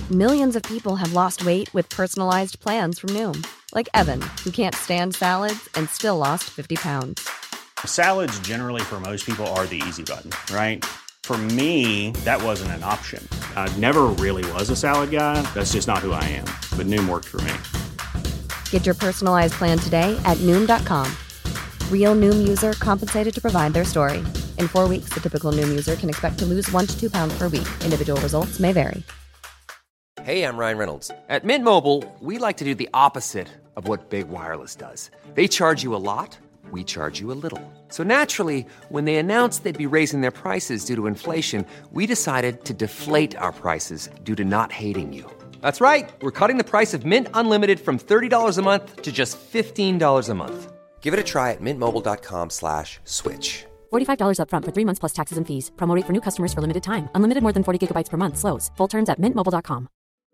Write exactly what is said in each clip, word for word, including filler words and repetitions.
Millions of people have lost weight with personalized plans from Noom. Like Evan, who can't stand salads and still lost fifty pounds. Salads generally for most people are the easy button, right? For me, that wasn't an option. I never really was a salad guy. That's just not who I am. But Noom worked for me. Get your personalized plan today at Noom dot com. Real Noom user compensated to provide their story. In four weeks, the typical Noom user can expect to lose one to two pounds per week. Individual results may vary. Hey, I'm Ryan Reynolds. At Mint Mobile, we like to do the opposite of what Big Wireless does. They charge you a lot, we charge you a little. So naturally, when they announced they'd be raising their prices due to inflation, we decided to deflate our prices due to not hating you. That's right. We're cutting the price of Mint Unlimited from thirty dollars a month to just fifteen dollars a month. Give it a try at mintmobile.com slash switch. forty-five dollars up front for three months plus taxes and fees. Promo rate for new customers for limited time. Unlimited more than forty gigabytes per month. Slows full terms at mint mobile dot com.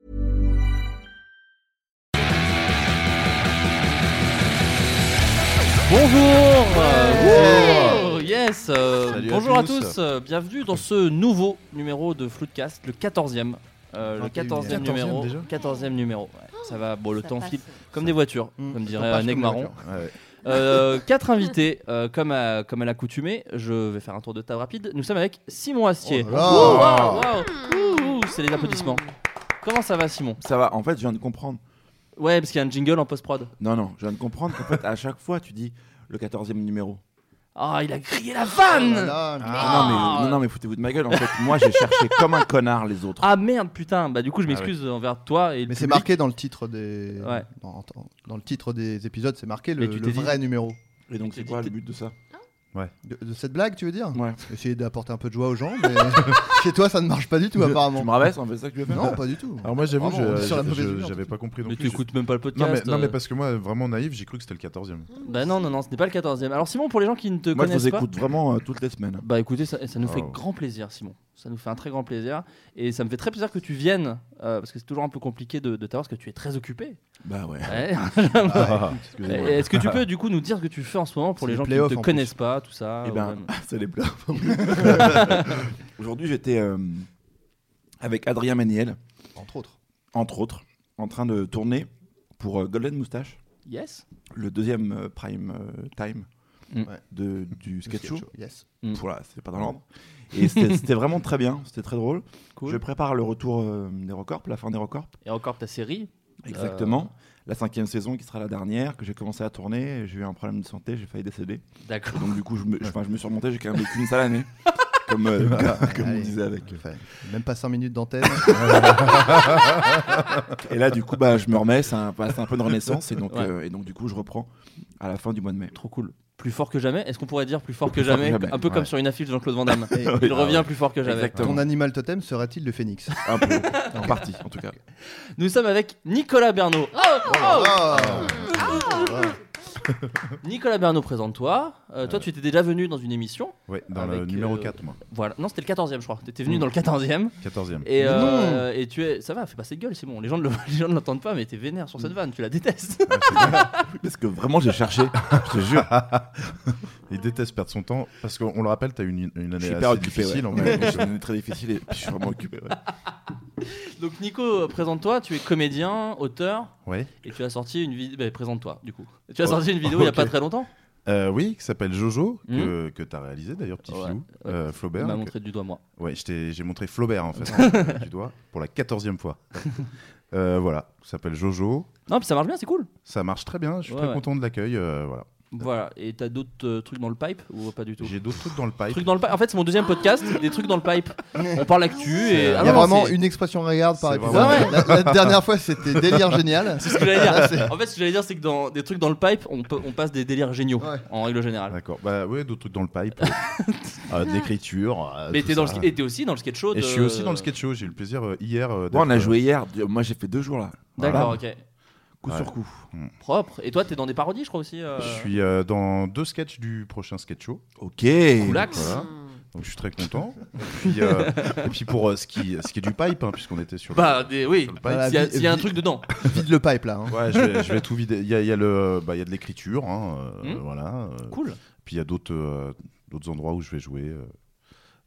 Bonjour, Ouais. euh, yes, euh, Salut à bonjour à tous. tous, euh, bienvenue dans ce nouveau numéro de Floodcast, le quatorzième. Euh, le vingt et unième. quatorzième numéro. déjà quatorzième numéro. Ouais, ça va, bon, le Ça temps passe. file comme des voitures, Mmh. comme Ça dirait passe Neg comme Marron. des voitures. Ouais, ouais. Euh, quatre invités, euh, comme, à, comme à l'accoutumée. Je vais faire un tour de table rapide. Nous sommes avec Simon Astier. Oh là là. Ouh, waouh, waouh. Ouh, c'est les applaudissements. Comment ça va, Simon? Ça va, en fait, je viens de comprendre. Ouais, parce qu'il y a un jingle en post-prod. Non, non, je viens de comprendre qu'en fait, à chaque fois, tu dis le quatorzième numéro. Ah, il a crié la vanne. Ah, Ah. non, mais, non, non, mais foutez-vous de ma gueule. En fait, moi, j'ai cherché comme un connard les autres. Ah merde, putain. Bah du coup, je Ah m'excuse envers toi et le Mais c'est public. marqué dans le titre des Ouais. dans, dans- dans le titre des épisodes, c'est marqué Mais le, tu le t'es dit- vrai numéro. Et donc, Tu c'est t'es quoi dit- le but de ça De, de cette blague, tu veux dire Ouais. Essayer d'apporter un peu de joie aux gens, mais chez toi ça ne marche pas du tout Tu apparemment. me rabaisses, en fait, c'est ça que tu veux faire Non, pas du tout. Alors moi j'avoue, Vraiment, on est je- sur la je- mauvaise je- humeur, j'avais tout pas compris non Mais plus. tu écoutes même pas le Non podcast. mais, non mais euh. parce que moi vraiment naïf, j'ai cru que c'était le quatorzième. Bah non, non, non, ce n'est pas le quatorzième. Alors Simon, pour les gens qui ne te Moi, je connaissent vous pas, écoute vraiment euh, toutes les semaines. bah écoutez, ça, ça nous fait Oh. grand plaisir, Simon. Ça nous fait un très grand plaisir. Et ça me fait très plaisir que tu viennes, euh, parce que c'est toujours un peu compliqué de, de t'avoir, parce que tu es très occupé. Bah ouais. Ouais. Ah, Excusez-moi. Est-ce que tu peux du coup nous dire ce que tu fais en ce moment pour C'est les les gens qui ne playoffs, te en connaissent pas, tout ça Eh ou ben, même- c'est les pleurs. Aujourd'hui, j'étais euh, avec Adrien Méniel, Entre autres. entre autres, en train de tourner pour euh, Golden Moustache, Yes. le deuxième euh, prime euh, time Mm. Ouais. de, du sketch show. Yes. Mm. Voilà, c'était pas dans l'ordre. Et c'était c'était vraiment très bien, c'était très drôle. Cool. Je prépare le retour euh, des Records, la fin des Records. Et encore ta série. Exactement. La cinquième saison qui sera la dernière, que j'ai commencé à tourner. et J'ai eu un problème de santé, j'ai failli décéder. D'accord. Et donc, du coup, je me, je, enfin, je me suis remonté, j'ai quand même vécu une sale année. Comme, euh, comme, comme on Allez. disait avec. Enfin, même pas cinq minutes d'antenne. Et là, du coup, bah, je me remets, c'est un, bah, c'est un peu une renaissance. Et donc, Ouais. euh, et donc, du coup, je reprends à la fin du mois de mai. Trop cool. Plus fort que jamais. Est-ce qu'on pourrait dire plus fort que Plus fort que jamais, jamais. un peu comme Ouais. sur une affiche de Jean-Claude Van Damme. Et Il revient plus fort que jamais. Exactement. ton animal totem serait-il le phénix? Un peu, en partie, en tout cas. Nous sommes avec Nicolas Bernot. Oh, oh. Ah. Nicolas Bernot, présente-toi. Euh, toi, tu étais déjà venu dans une émission. Ouais, dans Avec, le numéro euh, quatre moi. Voilà. Non, c'était le quatorzième, je crois. Tu étais venu Mm. dans le quatorzième. quatorzième. Et, Mais euh, et tu es. Ça va, fais pas cette gueule, c'est bon. Les gens ne le- les gens ne l'entendent pas, mais t'es vénère sur cette vanne. Tu la détestes. Parce que vraiment, j'ai cherché, je te jure. Il déteste perdre son temps parce qu'on le rappelle, t'as eu une, une Je année suis assez hyper occupé. difficile. Ouais. en Ouais, fait. j'ai une année très difficile et puis je suis vraiment occupé. Ouais. Donc, Nico, euh, présente-toi. Tu es comédien, auteur. Ouais. Et tu as sorti une vidéo. Bah, présente-toi, du coup. Tu as Oh. sorti une vidéo il y a Ok. pas très longtemps. Euh, oui, qui s'appelle Jojo, que, que t'as réalisé d'ailleurs, petit Ouais, filou. ouais. Euh, Il Flaubert. m'a donc- montré du doigt, moi. Ouais, je t'ai- j'ai montré Flaubert en fait, euh, du doigt, pour la quatorzième fois. Euh, voilà, ça s'appelle Jojo. Non, puis ça marche bien, c'est cool. Ça marche très bien, je suis Ouais, très ouais. content de l'accueil. euh, voilà. Voilà. Et t'as d'autres euh, trucs dans le pipe ou pas du tout? J'ai d'autres trucs dans le pipe. Trucs dans le pipe. En fait, c'est mon deuxième podcast. Des trucs dans le pipe. On parle actu et. Il Ah Il y a non, vraiment c'est- une expression regarde par C'est épisode. vraiment- La, la dernière fois c'était délire génial. C'est ce que j'allais Là, dire. c'est- En fait, ce que j'allais dire, c'est que dans des trucs dans le pipe, on, peut- on passe des délires géniaux Ouais. en règle générale. D'accord, bah ouais, d'autres trucs dans le pipe. euh, de l'écriture. euh, Mais tout t'es dans le ça. sk- et t'es aussi dans le sketch show. Et de- je suis aussi dans le sketch show, j'ai eu le plaisir euh, hier. euh, Ouais, on a d'être, joué hier. Moi, j'ai fait deux jours là. D'accord, Voilà. ok. Coup Ouais. sur coup. Propre. Et toi, t'es dans des parodies, je crois aussi. euh, Je suis euh, dans deux sketchs du prochain sketch show. Ok. Coolax. Voilà. Donc je suis très content. Et puis, euh, et puis pour euh, ce, qui, ce qui est du pipe, hein, puisqu'on était sur. Bah, des, oui. sur le pipe. Voilà, S'il y a, vi- s'il y a un vi- truc dedans. Vide le pipe là. hein. Ouais, je vais, je vais tout vider. Il y a, il y a le, bah, il y a de l'écriture, hein, euh, Hmm. voilà. euh, Cool. Puis il y a d'autres, euh, d'autres endroits où je vais jouer. euh,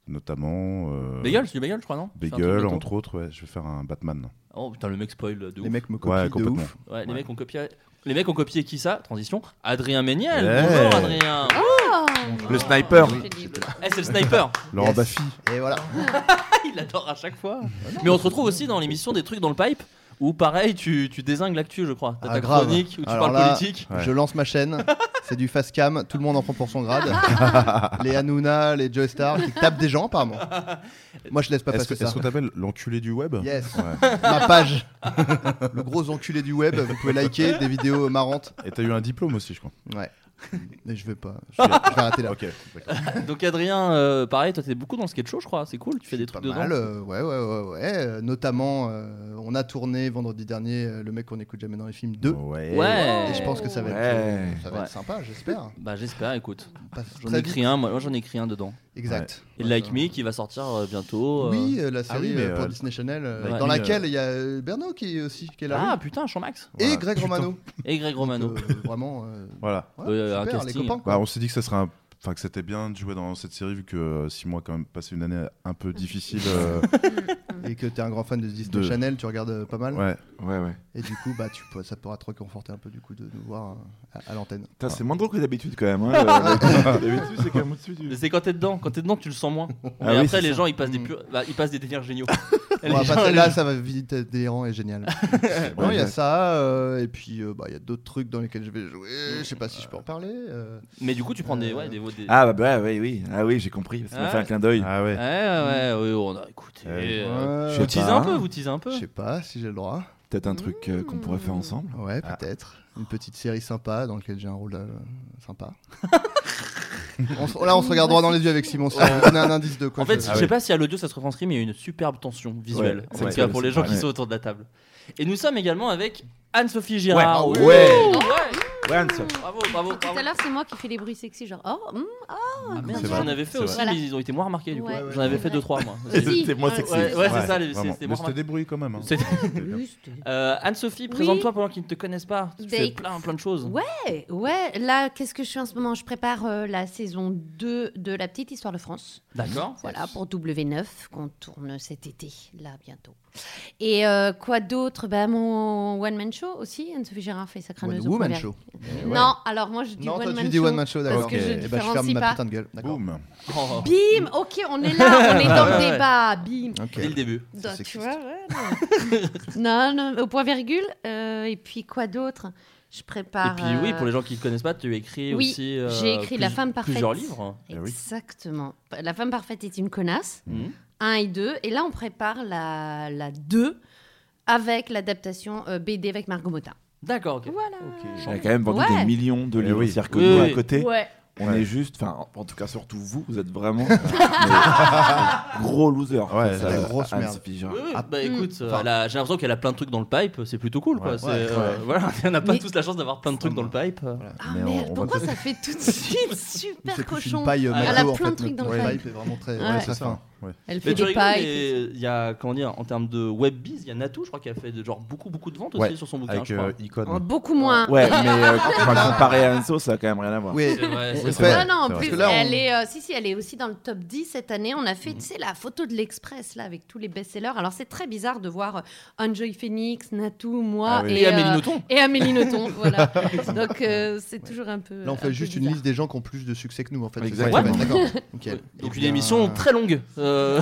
notamment. Euh... Bagel, c'est du Bagel, je crois, non? Bagel, entre autres, ouais. Je vais faire un Batman. Oh putain, le mec spoil de ouf. Les mecs me copient Ouais, de complètement. ouf. Ouais, les Ouais. mecs ont copié. Les mecs ont copié qui ça? Transition. Adrien Méniel. Ouais. Bonjour Adrien. Le sniper. Eh, c'est le sniper. Laurent Yes. Baffy. Et voilà. Il adore à chaque fois. Mais on te retrouve aussi dans l'émission des trucs dans le pipe où pareil, tu, tu dézingues l'actu, je crois. T'as Ah, ta grave. chronique où tu Alors parles là, politique. Ouais. Je lance ma chaîne, c'est du fast cam, tout le monde en prend pour son grade. Les Hanouna, les Joe Star qui tapent des gens apparemment. Moi je laisse pas Est-ce passer que- ça. est-ce qu'on t'appelle l'enculé du web? Yes, Ouais. ma page. Le gros enculé du web, vous pouvez liker des vidéos marrantes. Et t'as eu un diplôme aussi, je crois. Ouais. Mais je vais pas, je vais, je vais arrêter là. Ok, d'accord. Donc Adrien, euh, pareil, toi t'es beaucoup dans le sketch show, je crois. C'est cool, tu fais des Pas trucs dedans. mal, euh, ouais, ouais, ouais, ouais. Euh, notamment, euh, on a tourné vendredi dernier euh, le mec qu'on écoute jamais dans les films deux. Ouais. Ouais. Et je pense que ça va être, Ouais. euh, ça va Ouais. être sympa, j'espère. Bah j'espère, écoute. Passe J'en très ai écrit vite. un, moi moi, j'en ai écrit un dedans. Exact. Et Ouais, Like ça- Me qui va sortir euh, bientôt. euh. Oui, euh, la série oui, mais, euh, pour euh, Disney Channel, euh, Like dans Me, laquelle il y a euh, Bernard qui est aussi qui est là. Ah putain, Jean-Max. Et Voilà. Greg Putain. Romano. Et Greg Romano. Donc, euh, vraiment. euh, Voilà. ouais, Euh, un super, les casting. copains. quoi. Bah, on s'est dit que ça serait un- Enfin, que c'était bien de jouer dans cette série vu que euh, six mois quand même passé une année un peu difficile. euh, Et que t'es un grand fan de Disney De- Channel, tu regardes euh, pas mal. Ouais. Ouais, ouais. Et du coup, bah, tu peux, ça pourra te réconforter un peu du coup de nous voir euh, à, à l'antenne. Putain, c'est moins drôle que d'habitude quand même. Hein. Euh, d'habitude, c'est quand même au-dessus du. Mais c'est quand t'es dedans, quand t'es dedans, tu le sens moins. Ah Mais oui, après, c'est les ça. gens ils passent des Mm. purs- bah, ils passent des délires géniaux. On va Les gens, passer les là, gens- ça va vite être délirant et génial. Non, il y a ça, euh, et puis euh, bah, il y a d'autres trucs dans lesquels je vais jouer. Je sais pas si je peux en parler. euh. Mais du coup, tu prends des, Euh, ouais, des, des... Ah bah, bah ouais, oui, ah oui, j'ai compris. Ça m'a Ah. fait un clin d'œil. Ah ouais. Ouais, ouais, ouais, ouais, on a écouté. Ouais. euh, Ouais, Vous sais teasez pas. un peu, vous teasez un peu. Je sais pas si j'ai le droit. Peut-être un truc euh, qu'on pourrait faire ensemble. Ouais, Ah. peut-être. Une petite série sympa dans laquelle j'ai un rôle euh, sympa. on se- là, on se regarde droit dans les yeux avec Simon. Si on a un indice de quoi. En fait, je- je Ah sais ouais. pas si à l'audio ça se retranscrit, mais il y a une superbe tension visuelle. Ouais, en c'est tout ça, cas, pour c'est les gens vrai. qui sont autour de la table. Et nous sommes également avec Anne-Sophie Girard. Ouais. Ouh. Ouais. Ouais. Ouais, Anne-Sophie. Bravo, bravo, Tout bravo. à l'heure, c'est moi qui fais les bruits sexy, genre oh, hmm, Ah merde, C'est vrai, j'en avais fait c'est aussi, vrai. mais ils ont été moins remarqués du coup. Ouais, J'en avais ouais. fait deux trois moi. Si. C'est moins sexy. Ouais, ouais, c'est Ouais, ça, les- vraiment. c'était Mais moins c'était débrouillé quand même. hein. C'est- C'était bien. oui, c'était- Euh, Anne-Sophie, Oui. présente-toi pour les gens qui ne te connaissent pas. Tu Bah, fais éc- plein, plein de choses. Ouais, ouais. Là, qu'est-ce que je fais en ce moment? Je prépare euh, la saison deux de La Petite Histoire de France. D'accord. Voilà, pour W neuf, qu'on tourne cet été, là, bientôt. Et euh, quoi d'autre? Bah, mon one-man show aussi. Anne-Sophie Girard fait sa crâneuse. One au woman point show. vert. Non, alors moi je dis Non, toi one-man tu dis show. one man show, d'accord. Parce que je Eh ben, je ferme différencie ma pas. putain de gueule. D'accord. Boum. Oh, Bim, ok, on est là, on est dans Ouais, le ouais. débat. Bim. Ok. dès le début. Donc, C'est tu sexiste. vois, ouais, non. non, non, au point virgule. euh, et puis quoi d'autre? Je prépare. Et puis oui, euh, pour les gens qui ne connaissent pas, tu as écrit oui, aussi. euh, j'ai écrit La plus- femme parfaite. Plusieurs livres. Eh oui. Exactement. La femme parfaite est une connasse. Mhm. un et deux. Et là, on prépare la, la deux avec l'adaptation euh, B D avec Margot Motin. D'accord, ok. Voilà. On a quand même vendu Ouais. des millions de Eh livres. oui. C'est-à-dire que Oui, nous, oui. à côté, Ouais. on Ouais. est juste, enfin, en tout cas, surtout vous, vous êtes vraiment mais, gros loser. Ouais, face la à grosse merde. Anne-Sophie Girard. Oui, oui, Ah, bah écoute, euh, enfin- elle a- j'ai l'impression qu'elle a plein de trucs dans le pipe, c'est plutôt cool quoi. Ouais, C'est, ouais, euh, ouais. Voilà, on n'a pas Mais- tous la chance d'avoir plein de trucs dans le pipe. Ah Mais on- merde, on va pourquoi peut-être- ça fait tout de suite super C'est plus cochon? une paille euh, Elle a McDo, en plein de fait, trucs dans notre le pipe est vraiment très, Ouais. ouais, C'est très ça. fin. Ouais. Elle Mais fait tu des rigoles, pailles. mais il y a, comment dire, en termes de web biz, il y a Natou, je crois qu'elle a fait de, genre beaucoup beaucoup de ventes aussi Ouais, sur son bouquin, Avec je crois. euh, Icon. Oh, beaucoup moins. Ouais, mais euh, enfin, comparé à Anso, ça a quand même rien à voir. Oui, C'est vrai, c'est Oui, vrai. c'est Non, non, en c'est vrai. plus, Parce que là, on- elle est, euh, si, si, elle est aussi dans le top dix cette année. On a fait, tu sais, la photo de l'Express, là, avec tous les best-sellers. Alors, c'est très bizarre de voir euh, Enjoy Phoenix, Natou, moi Ah oui. Et Amélie euh, Nothomb. Et Amélie Nothomb, voilà. Donc, euh, c'est toujours un peu. là on un fait peu juste une bizarre. liste des gens qui ont plus de succès que nous en fait. c'est ça Exactement. qui va être- D'accord. Ok. Donc Eh une bien, émission très longue. Euh,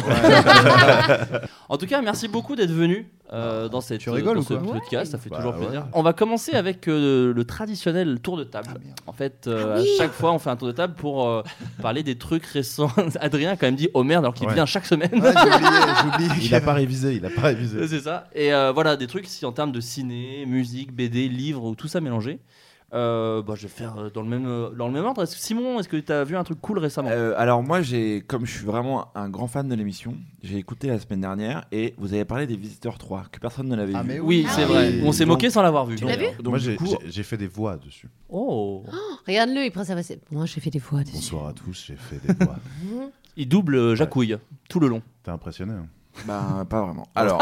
en tout cas, merci beaucoup d'être venu euh, dans cette Tu rigoles dans ou ce quoi podcast, ça fait Bah, toujours ouais. plaisir. On va commencer avec euh, le traditionnel tour de table. Ah, merde. En fait, euh, Ah oui. à chaque fois, on fait un tour de table pour euh, parler des trucs récents. Adrien a quand même dit oh merde alors qu'il Ouais. vient chaque semaine. Ouais, j'ai oublié, j'ai oublié. Il a pas révisé, il a pas révisé. C'est ça. Et euh, voilà, des trucs si en termes de ciné, musique, B D, livres, ou tout ça mélangé. Euh, bah, je vais faire euh, dans le même, euh, dans le même ordre. Est-ce que, Simon, est-ce que tu as vu un truc cool récemment? Euh, alors moi, j'ai, comme je suis vraiment un grand fan de l'émission, j'ai écouté la semaine dernière et vous avez parlé des Visiteurs trois, que personne ne l'avait Ah, vu. mais Oui, Ah c'est oui. vrai. On s'est Donc- moqué sans l'avoir vu. Tu l'as vu? Donc, Moi du j'ai coup, j'ai- j'ai fait des voix dessus. Oh. Regarde-le, il prend sa voix. c'est- Moi, j'ai fait des fois. dessus. Bonsoir à tous, j'ai fait des voix. Il double euh, Jacouille tout le long. T'es impressionné hein. bah, pas vraiment. Alors,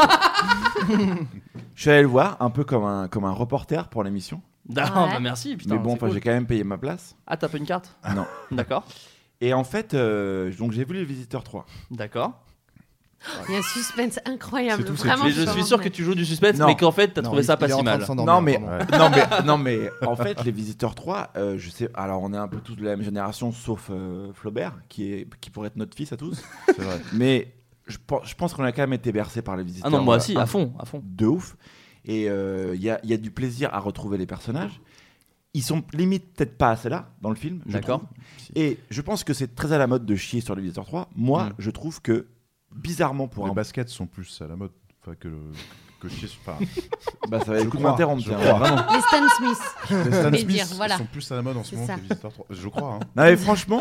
je suis allé le voir un peu comme un, comme un reporter pour l'émission. Ah, Ouais. bah merci, putain. mais bon, c'est enfin, cool. j'ai quand même payé ma place. Ah, t'as pas une carte? Non. D'accord. Et en fait, euh, donc j'ai vu Les Visiteurs trois. D'accord. Il y a un suspense incroyable. C'est tout, c'est vraiment. Mais je suis sûr que tu joues du suspense, Non. mais qu'en fait, t'as Non, trouvé il- ça pas il est si en train de mal. s'endormir, Non mais, vraiment. non mais non mais en fait Les Visiteurs trois, euh, je sais, alors on est un peu tous de la même génération sauf euh, Flaubert qui est qui pourrait être notre fils à tous. C'est vrai. Mais je pense je pense qu'on a quand même été bercé par Les Visiteurs. Ah non, moi euh, aussi, un- à fond, à fond. de ouf. Et il euh, y, a, y a du plaisir à retrouver les personnages. Ils sont limite peut-être pas assez là dans le film. je D'accord. trouve. Et je pense que c'est très à la mode de chier sur Les Visiteurs trois. Moi, Mm. je trouve que bizarrement pour Les un baskets sont plus à la mode enfin, que le que chier sur- enfin, bah ça va Je être coup de crois, m'interrompre. je tiens, crois. vraiment. Les Stan Smith. les Stan Mais Smith dire, voilà. sont plus à la mode en ce C'est moment ça. que les Visiteurs trois. Je crois. Hein. Non mais franchement,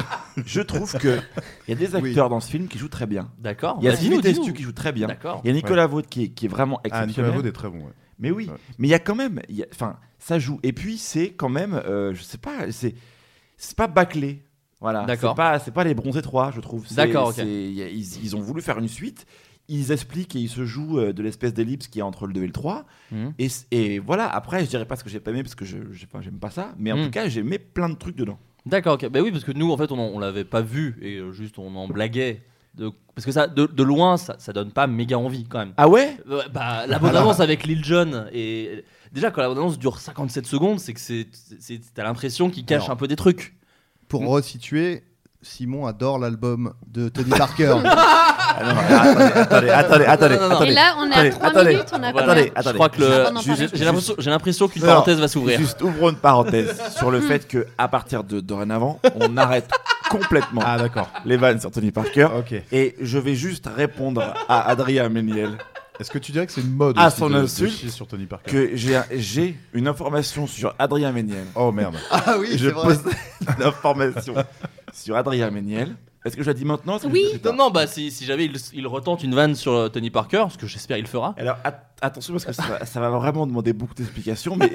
je trouve que il y a des acteurs dans ce film qui jouent très bien. D'accord. Il y a Bah, dis-nous, Sylvie dis-nous. Testu qui joue très bien. D'accord. Il y a Nicolas Vaud qui est, qui est vraiment Ah, exceptionnel. Nicolas Vaud est très bon. Ouais. Mais oui, Ouais. mais il y a quand même, il y a- enfin, ça joue. Et puis c'est quand même, euh, je sais pas, c'est, c'est pas bâclé. Voilà. D'accord. C'est pas, c'est pas les Bronzés trois, je trouve. C'est- D'accord, ok. c'est- y a- ils, ils ont voulu faire une suite. Ils expliquent et ils se jouent euh, de l'espèce d'ellipse qui est entre le deux et le trois. Mhm. Et, c- et voilà. Après, je dirais pas ce que j'ai pas aimé parce que je, je sais pas, j'aime pas ça. Mais en Mhm. tout cas, j'ai aimé plein de trucs dedans. D'accord, ok. Bah oui, parce que nous, en fait, on, en- on l'avait pas vu et euh, juste on en blaguait. De... Parce que ça, de, de loin, ça, ça donne pas méga envie quand même. Ah ouais. Euh, bah, la bande-annonce avec Lil Jon et déjà quand la bande-annonce dure cinquante-sept secondes, c'est que c'est, c'est, t'as l'impression qu'il cache Alors. un peu des trucs. Pour resituer, Simon adore l'album de Tony Parker. Ah non, attendez, attendez, attendez, attendez, Non, non, non. attendez. Et là, on est Attendez, à trois attendez. minutes. On a Voilà. combien Attendez, Je attendez. crois que le- Avant d'en j'ai, parler. j'ai l'impression, j'ai l'impression qu'une Non, parenthèse va s'ouvrir. Juste ouvrons une parenthèse sur le fait que à partir de dorénavant, on arrête complètement Ah d'accord. les vannes sur Tony Parker. Ok. Et je vais juste répondre à Adrien Méniel Est-ce que tu dirais que c'est une mode À aussi son de, de insulte, chier sur Tony Parker que j'ai, j'ai une information sur Adrien Méniel. Oh merde. Ah oui, je c'est vrai. pose une information sur Adrien Méniel. Est-ce que je la dis maintenant est-ce que Oui. je la dis plus Non, tard non, bah si, si jamais il, il retente une vanne sur euh, Tony Parker, ce que j'espère il fera. Alors at- attention parce que ça, va- ça va vraiment demander beaucoup d'explications, mais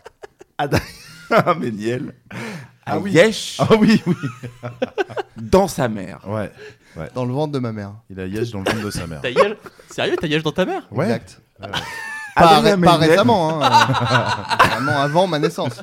Adrien Méniel a Ah oui. yesh Ah oui, oui. dans sa mère. Ouais. Dans le ventre de ma mère. Il a Yesh dans le ventre de sa mère. T'as Yesh- Sérieux, t'as Yesh dans ta mère Ouais. Exact. Ouais, ouais. Pas, Adrien ré- pas Méniel- récemment, hein. euh, Vraiment avant ma naissance.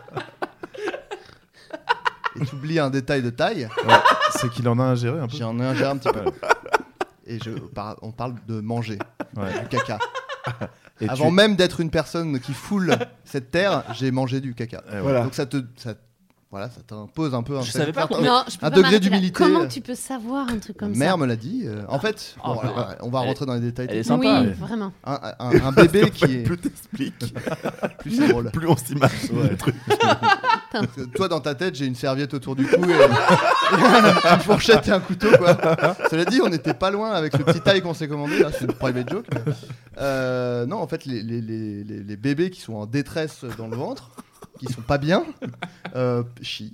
Et tu oublies un détail de taille. Ouais. C'est qu'il en a ingéré un peu. J'en ai un, j'ai un petit peu. Ouais. Et je, par- on parle de manger Ouais. du caca. Et Avant tu- même d'être une personne qui foule cette terre, j'ai mangé du caca. Eh ouais. Voilà. Donc ça te, ça, voilà, ça t'impose un peu un, Je savais pas qu'on- Non, je peux un pas degré m'arrêter là. d'humilité. Comment tu peux savoir un truc comme Ma ça mère me l'a dit. euh, en fait, Oh, bon, elle- alors, on va elle- rentrer dans les détails. elle est techniques. sympa. Oui, ouais. vraiment. Un, un- un bébé qui est Plus t'expliques, plus c'est drôle. plus on s'imagine Ouais. le truc. Parce que toi, dans ta tête, j'ai une serviette autour du cou et une fourchette et un couteau, quoi. Cela dit, on n'était pas loin avec le petit taille qu'on s'est commandé. Là, c'est une private joke. mais- Euh, non, en fait, les, les, les, les- les bébés qui sont en détresse dans le ventre, qui sont pas bien, euh, chient.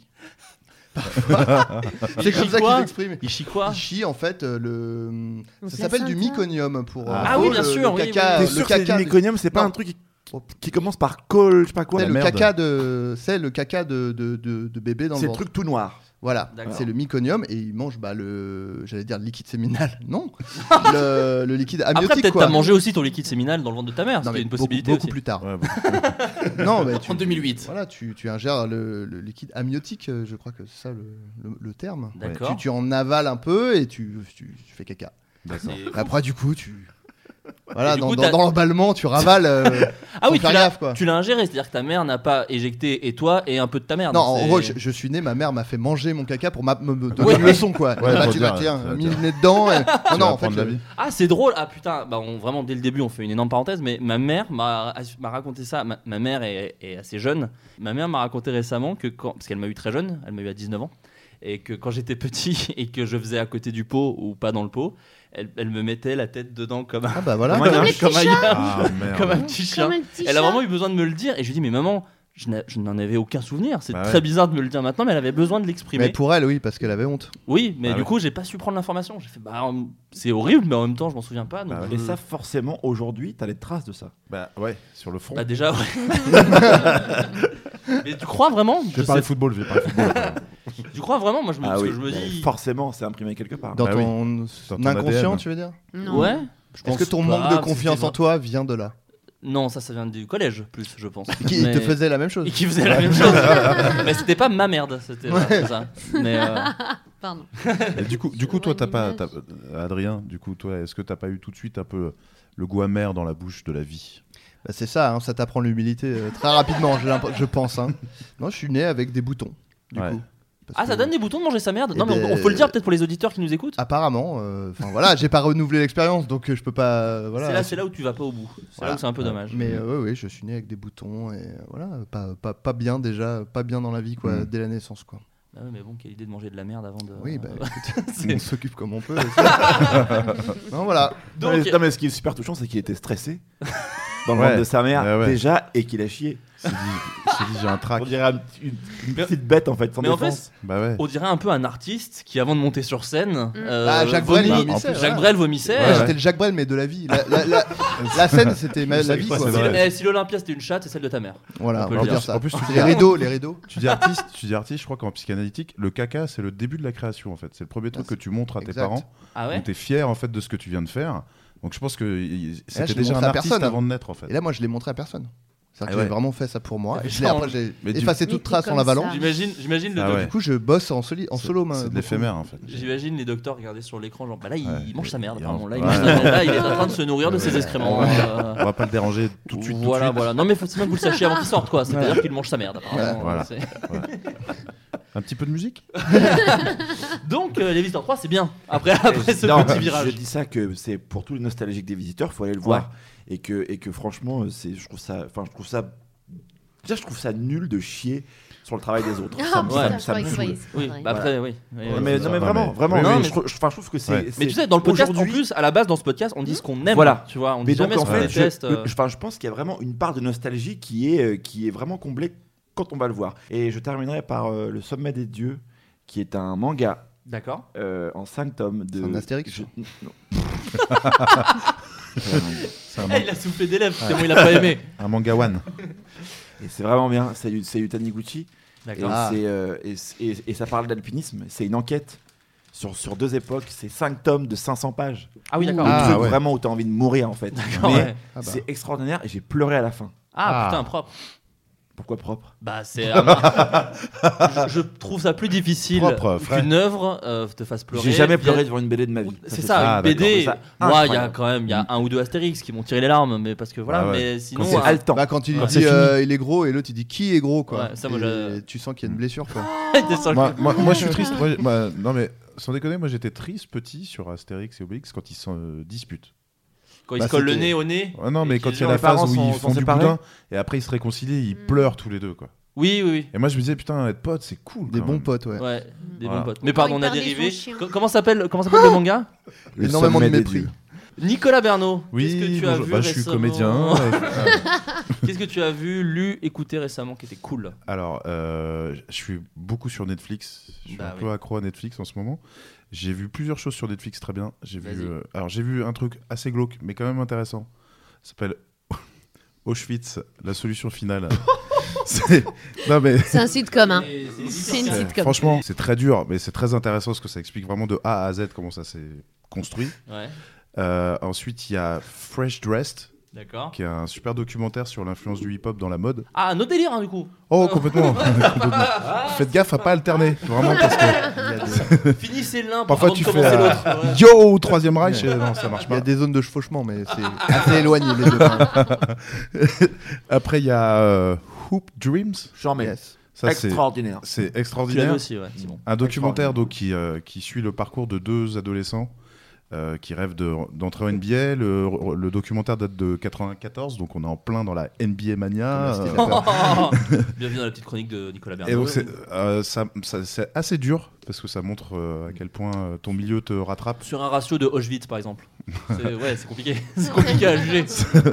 Parfois. C'est Ils comme chient ça qu'ils quoi s'expriment. Il chie quoi Ils chient en fait euh, le. Le Ça s'appelle du placenta. myconium pour. Ah. euh, Ah oui, le- bien le sûr, oui, caca, T'es le sûr que c'est du caca. myconium, c'est pas Non. un truc qui, qui commence par col, je sais pas quoi. C'est La le merde. caca de, c'est le caca de, de, de, de bébé dans C'est le le ventre. truc tout noir. Voilà, D'accord. c'est le myconium et il mange bah, le, j'allais dire le liquide séminal, non, le, le liquide amniotique Après, peut-être quoi. t'as mangé aussi ton liquide séminal dans le ventre de ta mère, Non, ce qui mais est une beaucoup, possibilité beaucoup aussi. plus tard. Ouais, bon. Non, mais tu, En deux mille huit. voilà, tu, tu ingères le, le liquide amniotique, euh, je crois que c'est ça le, le, le terme. D'accord. Tu, tu en avales un peu et tu, tu, tu fais caca. D'accord. C'est- Après, du coup, tu. Voilà, Et du dans, coup, dans, t'as- dans l'emballement, tu ravales. euh, Ah oui, sans tu faire l'as, gaffe, quoi. tu l'as ingéré, c'est-à-dire que ta mère n'a pas éjecté et toi et un peu de ta mère. Non, donc en c'est- gros, je, je suis né, ma mère m'a fait manger mon caca pour ma- me, me donner Ouais. une leçon, quoi. Ouais, Là, faut tu dire, vas, tiens, ça va mis dire. le nez dedans. et- Non, Tu non, vas en fait, prendre la le- vie. Ah, c'est drôle. Ah putain, bah, on- vraiment dès le début, on fait une énorme parenthèse, mais ma mère m'a, m'a raconté ça. Ma, ma mère est, est assez jeune. Ma mère m'a raconté récemment que quand, parce qu'elle m'a eu très jeune, elle m'a eu à dix-neuf ans, et que quand j'étais petit et que je faisais à côté du pot ou pas dans le pot, elle, elle me mettait la tête dedans comme un, Ah bah voilà. comme un, Comme les comme un- petits Ah merde. comme un petit chien. Comme un petit Elle a chat. vraiment eu besoin de me le dire et je lui dis mais maman, je, n'a- je n'en avais aucun souvenir. C'est Bah très ouais. bizarre de me le dire maintenant, mais elle avait besoin de l'exprimer. Mais pour elle, oui, parce qu'elle avait honte. Oui, mais Bah du ouais. coup j'ai pas su prendre l'information. J'ai fait bah hum, c'est horrible, mais en même temps je m'en souviens pas. donc Bah ouais. je- Et ça, forcément, aujourd'hui, t'as les traces de ça. Bah ouais, sur le front. Bah déjà ouais. Mais tu crois vraiment Je Je vais parler sais- football, je vais parler football. Tu crois vraiment Moi je me, Ah parce oui, que je me mais dis. forcément, c'est imprimé quelque part. Dans Bah ton, Dans ton inconscient, A D N. tu veux dire Non. Ouais. je Est-ce que pense ton pas, manque de parce que confiance c'était en toi vient de là Non, ça, ça vient du collège, plus, je pense. Qui Mais- te faisait la même chose. Et qui faisait la même chose. Mais c'était pas ma merde, c'était Ouais. c'est ça. Mais euh, Pardon. Et du coup, du coup, toi, t'as pas, L'image. t'as- Adrien, du coup, toi, est-ce que t'as pas eu tout de suite un peu le goût amer dans la bouche de la vie? Bah, c'est ça, hein, ça t'apprend l'humilité euh, très rapidement, j'ai l'imp- je pense. Hein. Non, je suis né avec des boutons, du Ouais. coup. Parce ah, ça que- donne des boutons de manger sa merde. Eh Non, mais on, ben, on peut le dire peut-être pour les auditeurs qui nous écoutent. Apparemment, euh, enfin voilà, j'ai pas renouvelé l'expérience, donc euh, je peux pas. euh, voilà. c'est là, c'est là où tu vas pas au bout. C'est Voilà. là où c'est un peu dommage. Mais euh, ouais, ouais, je suis né avec des boutons et euh, voilà, pas, pas, pas bien déjà, pas bien dans la vie quoi, Mm. dès la naissance quoi. Ah ouais, mais bon, quelle idée de manger de la merde avant de. Oui, bah écoute, C'est- on s'occupe comme on peut. non voilà. Non, mais, Donc, non, mais ce qui est super touchant, c'est qu'il était stressé dans le Ouais. ventre de sa mère Ouais, ouais. déjà et qu'il a chié. Il s'est dit, il s'est dit, j'ai un trac. On dirait un petit- une, une petite bête en fait, sans mais en défense. fait, Bah ouais. on dirait un peu un artiste qui, avant de monter sur scène, euh, Ah, Jacques Brel vomit- vomissait, Jacques voilà. Brel vomissait. Ouais, j'étais le Jacques Brel mais de la vie. La, la, la, la scène c'était ma- la vie quoi. c'est Si, vrai. eh, si l'Olympia c'était une chatte, c'est celle de ta mère. Voilà, On on peut va le dire dire. ça. En plus, tu les rideaux, les rideaux. Tu dis artiste, tu dis artiste, je crois qu'en psychanalytique, le caca, c'est le début de la création en fait. C'est le premier truc Ah, que tu montres à tes exact. parents. Ah ouais. Donc t'es fier en fait de ce que tu viens de faire. Donc je pense que il- je c'était l'ai déjà un montré à artiste personne, hein. avant de naître en fait. Et là moi je l'ai montré à personne. C'est-à-dire Ah que ouais. j'ai vraiment fait ça pour moi. Ah, Et je putain, l'ai- après j'ai mais du- effacé Mais toute t'es trace en comme l'avalant. ça. J'imagine, j'imagine le Ah doc- ouais. Du coup je bosse en, soli en C'est- solo. main, C'est de beaucoup. l'éphémère en fait. J'imagine les docteurs regarder sur l'écran, genre bah là il, Ouais. il mange sa merde, Il apparemment. en- Là, il ouais. mange sa merde. Là, il est en train de se nourrir de ses Ouais. excréments. Ouais. euh, On va pas le déranger tout de suite. tout de Voilà, suite. voilà. Non, mais faut c'est bien que vous le sachiez avant qu'il sorte, quoi. C'est-à-dire qu'il mange sa merde, apparemment. Voilà. C'est- Un petit peu de musique. Donc, euh, les visiteurs trois, c'est bien. Après, après ce Non, petit je virage. dis ça que c'est pour tous les nostalgiques des visiteurs, faut aller le voir et que et que franchement, c'est je trouve ça, enfin je trouve ça, déjà je trouve ça nul de chier sur le travail des autres. Ah, ça, me- putain, ça me- je ça me croyais que saoule. voyait ce Oui, faudrait. bah après, oui. oui, oui, mais, c'est non mais ça. vraiment, mais- vraiment, oui, non, oui. je, trouve- je- enfin, je trouve que c'est. Ouais. c'est- Mais tu sais, dans le podcast, en aujourd'hui- plus, à la base, dans ce podcast, on dit ce qu'on aime. Voilà. Tu vois, on Mais dit donc jamais en ce qu'on fait, je, déteste. euh. je- enfin, je pense qu'il y a vraiment une part de nostalgie qui est euh, qui est vraiment comblée quand on va le voir. Et je terminerai par euh, le Sommet des Dieux, qui est un manga D'accord. euh, en cinq tomes de. C'est un Astérix, Je- ça. non. C'est un, Eh, il a soufflé des lèvres, tellement il a pas aimé. un manga one. Et c'est vraiment bien. C'est Yu- c'est Yu Taniguchi. Et, D'accord. Ah. c'est, euh, et, c'est- et- et ça parle d'alpinisme. C'est une enquête sur, sur deux époques. C'est cinq tomes de cinq cents pages. Ah oui, d'accord. Un Ah, truc ouais. vraiment où t'as envie de mourir en fait. D'accord, Mais ouais. Ah bah. c'est extraordinaire et j'ai pleuré à la fin. Ah, Ah. putain, propre. Pourquoi propre? Bah, c'est. je, je trouve ça plus difficile Propre, frais. qu'une œuvre euh, te fasse pleurer. J'ai jamais via- pleuré devant une B D de ma vie. C'est c'est ça, Ah, une B D. d'accord. C'est Moi, ça, il y a incroyable. quand même il y a un ou deux Astérix qui m'ont tiré les larmes, mais parce que voilà. Ah ouais. Mais sinon, Quand c'est euh, haletant. Bah, quand il Ouais, dit c'est fini. euh, il est gros et l'autre il dit qui est gros quoi. Ouais, ça, moi, Et je- tu sens qu'il y a une blessure quoi. t'es sur le moi, coup. moi, moi, je suis triste. Moi, moi- non mais sans déconner, moi j'étais triste petit sur Astérix et Obélix quand ils se euh, disputent. Quand ils Bah, se collent le c'était- nez au nez. Ah non, et mais qu'ils- quand il y a genre, la les parents phase où sont- ils sont font du séparés. boudin et après ils se réconcilient, ils pleurent tous les deux quoi. Oui, oui, oui. Et moi je me disais putain être pote c'est cool. Des quand bons même. potes ouais. Ouais, des Voilà. bons potes. Mais Quand pardon, il on a perdait dérivé. son chien. Co- Comment s'appelle comment s'appelle le manga Le Énormément de Sommet des mépris. Dieux. Nicolas Bernot. Oui, Qu'est-ce que tu as bonjour. vu Bah, je suis récemment comédien. euh, Qu'est-ce que tu as vu, lu, écouté récemment qui était cool? Alors, euh, je suis beaucoup sur Netflix. Je suis Bah un oui. peu accro à Netflix en ce moment. J'ai vu plusieurs choses sur Netflix très bien. J'ai vu, Vas-y. euh, alors j'ai vu un truc assez glauque, mais quand même intéressant. Ça s'appelle Auschwitz, la solution finale. C'est- non mais C'est un sitcom, hein. C'est C'est une euh, sitcom. franchement, c'est très dur, mais c'est très intéressant parce que ça explique vraiment de A à Z comment ça s'est construit. Ouais, Euh, ensuite, il y a Fresh Dressed, d'accord. qui est un super documentaire sur l'influence du hip-hop dans la mode. Ah, nos délires, hein, du coup. Oh, complètement. Complètement. Faites gaffe à pas alterner, vraiment, parce que Il y a des, Finissez l'un pour parfois avant tu de fais commencer euh, l'autre. Ouais. Yo, troisième Reich, et non, ça marche il y a pas. des zones de chevauchement mais c'est assez éloigné les deux. quand même. Après, il y a euh, Hoop Dreams. Genre, mais Yes. Ça, c'est extraordinaire. c'est Tu l'as vu extraordinaire. aussi, ouais, Simon. Un documentaire donc, qui, euh, qui suit le parcours de deux adolescents euh, qui rêvent de- d'entrer en N B A. Le, le documentaire date de quatre-vingt-quatorze, donc on est en plein dans la N B A mania. Comme la euh, Steve Bienvenue dans la petite chronique de Nicolas Bernot. et donc c'est euh, ça- ça- c'est assez dur parce que ça montre euh, à quel point euh, ton milieu te rattrape. Sur un ratio de Auschwitz, par exemple. C'est- Ouais, c'est compliqué. C'est compliqué à juger.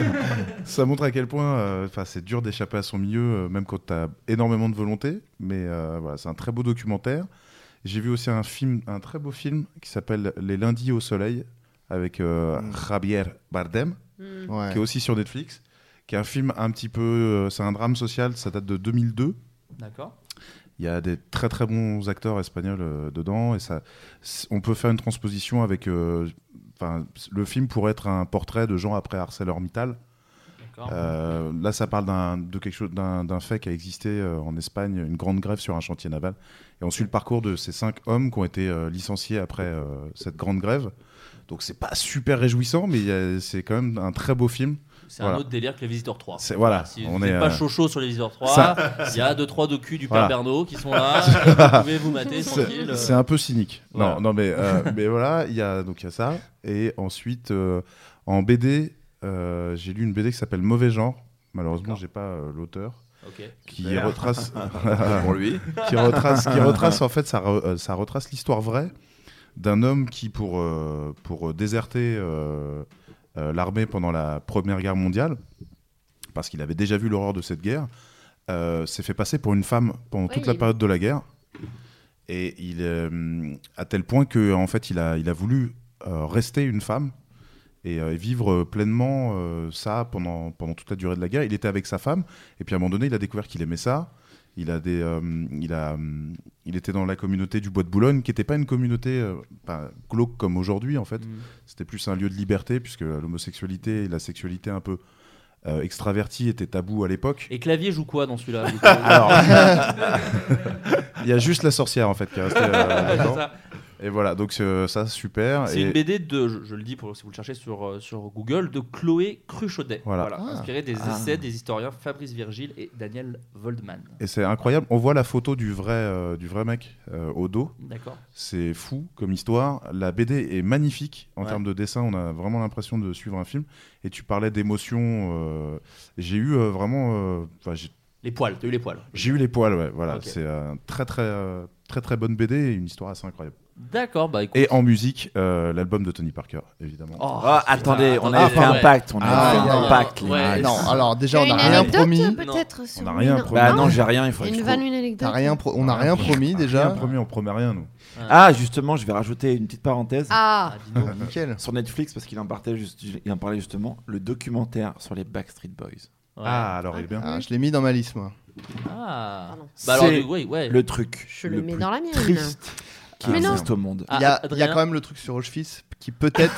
Ça montre à quel point euh, 'fin, c'est dur d'échapper à son milieu, euh, même quand tu as énormément de volonté. Mais euh, voilà, c'est un très beau documentaire. J'ai vu aussi un film, un très beau film qui s'appelle Les Lundis au Soleil avec euh, Mm. Javier Bardem, Ouais. qui est aussi sur Netflix, qui est un film un petit peu, euh, c'est un drame social, ça date de deux mille deux. D'accord. Il y a des très très bons acteurs espagnols euh, dedans et ça, c- on peut faire une transposition avec. euh, Enfin, le film pourrait être un portrait de gens après ArcelorMittal. Euh, là, ça parle d'un, de quelque chose, d'un, d'un fait qui a existé euh, en Espagne, une grande grève sur un chantier naval. Et on suit le parcours de ces cinq hommes qui ont été euh, licenciés après euh, cette grande grève. Donc c'est pas super réjouissant, mais euh, c'est quand même un très beau film. C'est voilà. un autre délire que les Visiteurs trois. C'est, voilà, si on vous est n'êtes pas euh... chaud chaud sur les Visiteurs trois, ça... il y a deux trois docus du voilà. Père Bernaud qui sont là, vous pouvez vous mater c'est, tranquille. C'est un peu cynique. Voilà. Non, non, mais euh, mais voilà, il y a donc il y a ça. Et ensuite, euh, en B D, euh, j'ai lu une B D qui s'appelle Mauvais genre. Malheureusement, D'accord. j'ai pas euh, l'auteur. Okay. Qui Super. retrace pour lui. qui retrace qui retrace en fait ça, re, ça retrace l'histoire vraie d'un homme qui pour euh, pour déserter euh, euh, l'armée pendant la Première Guerre mondiale parce qu'il avait déjà vu l'horreur de cette guerre euh, s'est fait passer pour une femme pendant Oui, toute la période de la guerre et il euh, à tel point que en fait il a il a voulu euh, rester une femme et euh, vivre pleinement euh, ça pendant, pendant toute la durée de la guerre. Il était avec sa femme, et puis à un moment donné, il a découvert qu'il aimait ça. Il, a des, euh, il, a, euh, il était dans la communauté du Bois de Boulogne, qui n'était pas une communauté euh, pas glauque comme aujourd'hui, en fait. Mmh. C'était plus un lieu de liberté, puisque l'homosexualité et la sexualité un peu euh, extravertie étaient tabous à l'époque. Et Clavier joue quoi dans celui-là? Alors, il y a juste la sorcière, en fait, qui est restée euh, dedans. Et voilà, donc euh, ça, super. C'est et... une B D de, je, je le dis pour si vous le cherchez sur, euh, sur Google, de Chloé Cruchaudet. Voilà. Voilà. Ah. Inspiré des ah. essais des historiens Fabrice Virgile et Daniel Voldman. Et c'est incroyable, on voit la photo du vrai, euh, du vrai mec euh, au dos. D'accord. C'est fou comme histoire. La B D est magnifique en ouais. termes de dessin, on a vraiment l'impression de suivre un film. Et tu parlais d'émotion, euh, j'ai eu euh, vraiment... Euh, j'ai... Les poils, t'as eu les poils. J'ai eu les poils, ouais. Voilà. Okay. C'est un très très, euh, très très bonne B D et une histoire assez incroyable. D'accord, bah écoute. Et en musique, euh, l'album de Tony Parker, évidemment. Oh, oh attendez, on avait fait un pacte. On a ah, fait un pacte. Ouais, non, alors déjà, on n'a rien promis. Peut-être on n'a rien promis. Bah non, j'ai rien. Il faut une vanne, une anecdote. Rien pro- on n'a rien promis déjà. Rien promis, on promet rien, nous. Ah, justement, je vais rajouter une petite parenthèse. Ah, ah nickel. Sur Netflix, parce qu'il en parlait, juste, il en parlait justement, le documentaire sur les Backstreet Boys. Ouais. Ah, alors il est bien. Ah, je l'ai mis dans ma liste, moi. Ah, bah alors, c'est ouais, ouais. le truc. Je le, le mets dans la mienne. Triste. Qui mais existe non. au monde. Il y, a, il y a quand même le truc sur Auschwitz qui peut-être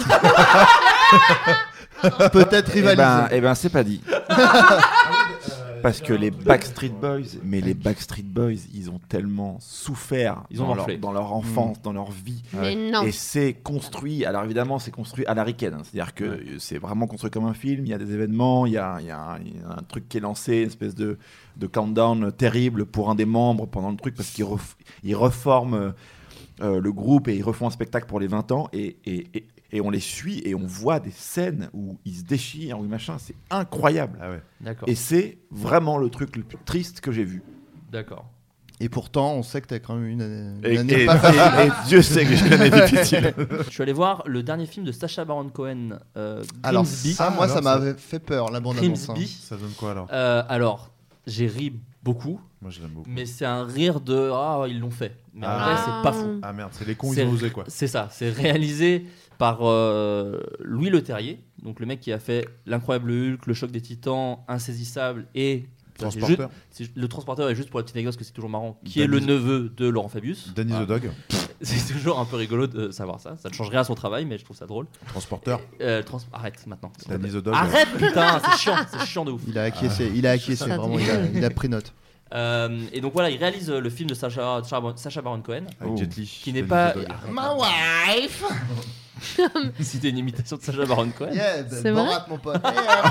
peut-être rivalise. Eh ben, eh ben c'est pas dit. Parce que les Backstreet Boys, mais les Backstreet Boys, ils ont tellement souffert ils ont dans, leur, dans leur enfance, mmh. dans leur vie. Mais non. Et c'est construit, alors évidemment, c'est construit à l'américaine. Hein, c'est-à-dire que ouais. c'est vraiment construit comme un film. Il y a des événements, il y a, il y a, un, il y a un truc qui est lancé, une espèce de, de countdown terrible pour un des membres pendant le truc, parce qu'ils ref, ils reforment euh, le groupe et ils refont un spectacle pour les vingt ans. Et. et, et Et on les suit et on voit des scènes où ils se déchirent, ou machin, c'est incroyable. Ah ouais. D'accord. Et c'est vraiment le truc le plus triste que j'ai vu. D'accord. Et pourtant, on sait que t'as quand même une année, une et, année et, pas facile. Et, et Dieu sait que j'ai une année difficile. Je suis allé voir le dernier film de Sacha Baron Cohen, euh, alors Grimsby. ça, moi, alors, ça m'avait fait peur, la bande annonce. Grimsby. Ça donne quoi alors euh, Alors, j'ai ri beaucoup. Moi, je l'aime beaucoup. Mais c'est un rire de ah ils l'ont fait. Mais ah. en vrai, c'est pas fou. Ah merde, c'est les cons, ils ont osé quoi. C'est ça. C'est réalisé par euh, Louis Leterrier, donc le mec qui a fait L'Incroyable Hulk, Le Choc des Titans, Insaisissable et Transporteur. C'est juste, le Transporteur est juste pour la petite anecdote parce que c'est toujours marrant. Qui Danny est le neveu de Laurent Fabius. Danny ah. the Dog. C'est toujours un peu rigolo de savoir ça. Ça ne change rien à son travail, mais je trouve ça drôle. Transporteur. Et, euh, trans- Arrête maintenant. Danny the Dog. Arrête putain, c'est chiant, c'est chiant de ouf. Il a acquiescé, ah. il a acquiescé, vraiment, il a, il a pris note. Euh, et donc voilà, il réalise le film de Sacha, Sacha Baron Cohen, avec Jet Li, qui n'est pas ma wife. C'était une imitation de Sacha Baron Cohen. Yeah, ben, c'est Borat, mon pote.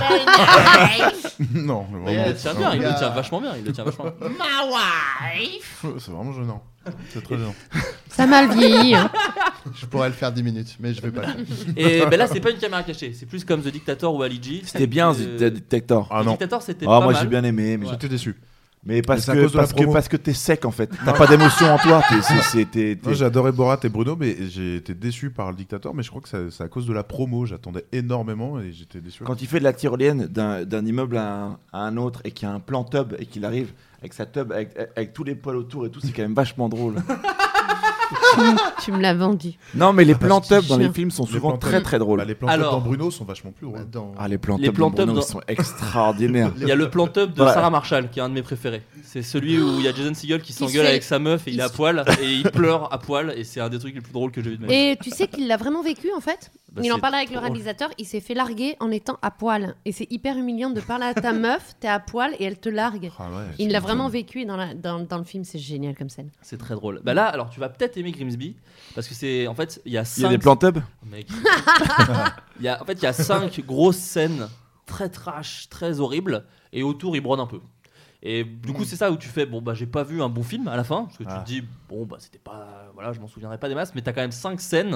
Non, mais vraiment. Il le tient bien, il le tient vachement bien, il le tient vachement bien. Ma wife. C'est vraiment gênant. C'est très gênant. Ça m'a mal vieilli. Je pourrais le faire dix minutes, mais je vais pas le faire. Et ben là, c'est pas une caméra cachée, c'est plus comme The Dictator ou Ali G. C'était bien euh... The Dictator. Ah non. The Dictator, c'était ah, pas moi mal. j'ai bien aimé, mais ouais. j'étais déçu. Mais parce mais que parce que parce que t'es sec en fait. T'as pas d'émotion en toi. T'es, c'est, c'est, t'es, t'es... Moi, j'ai adoré Borat et Bruno, mais j'ai été déçu par le Dictateur. Mais je crois que c'est, c'est à cause de la promo. J'attendais énormément et j'étais déçu. Quand il fait de la tyrolienne d'un, d'un immeuble à un, à un autre et qu'il y a un plan tub et qu'il arrive avec sa tub avec, avec tous les poils autour et tout, c'est quand même vachement drôle. Tu me l'as vendu. Non, mais les plans tub dans les films sont souvent les très très drôles. Bah, les plans tub dans Bruno sont vachement plus drôles. Dans... Ah, les plans tub dans Bruno dans... sont extraordinaires. Il y a le plan tub de ouais. Sarah Marshall qui est un de mes préférés. C'est celui où il y a Jason Segel qui s'engueule fait... avec sa meuf et il, il est à poil et il pleure à poil et c'est un des trucs les plus drôles que j'ai vu de ma vie. Et tu sais qu'il l'a vraiment vécu en fait. Bah, il en c'est parlait avec le trop- réalisateur, il s'est fait larguer en étant à poil. Et c'est hyper humiliant de parler à ta meuf, t'es à poil et elle te largue. Ah ouais, Il c'est l'a bon. vraiment vécu dans, la- dans, dans le film, c'est génial comme scène. C'est très drôle. Bah là, alors tu vas peut-être aimer Grimsby parce que c'est en fait il y a Il y a cinq des plantubs. Mec. il y a en fait il y a cinq grosses scènes très trash, très horribles et autour il brode un peu. Et du coup, c'est ça où tu fais bon bah j'ai pas vu un bon film à la fin parce que tu Ah. te dis bon bah c'était pas voilà, je m'en souviendrai pas des masses mais t'as quand même cinq scènes.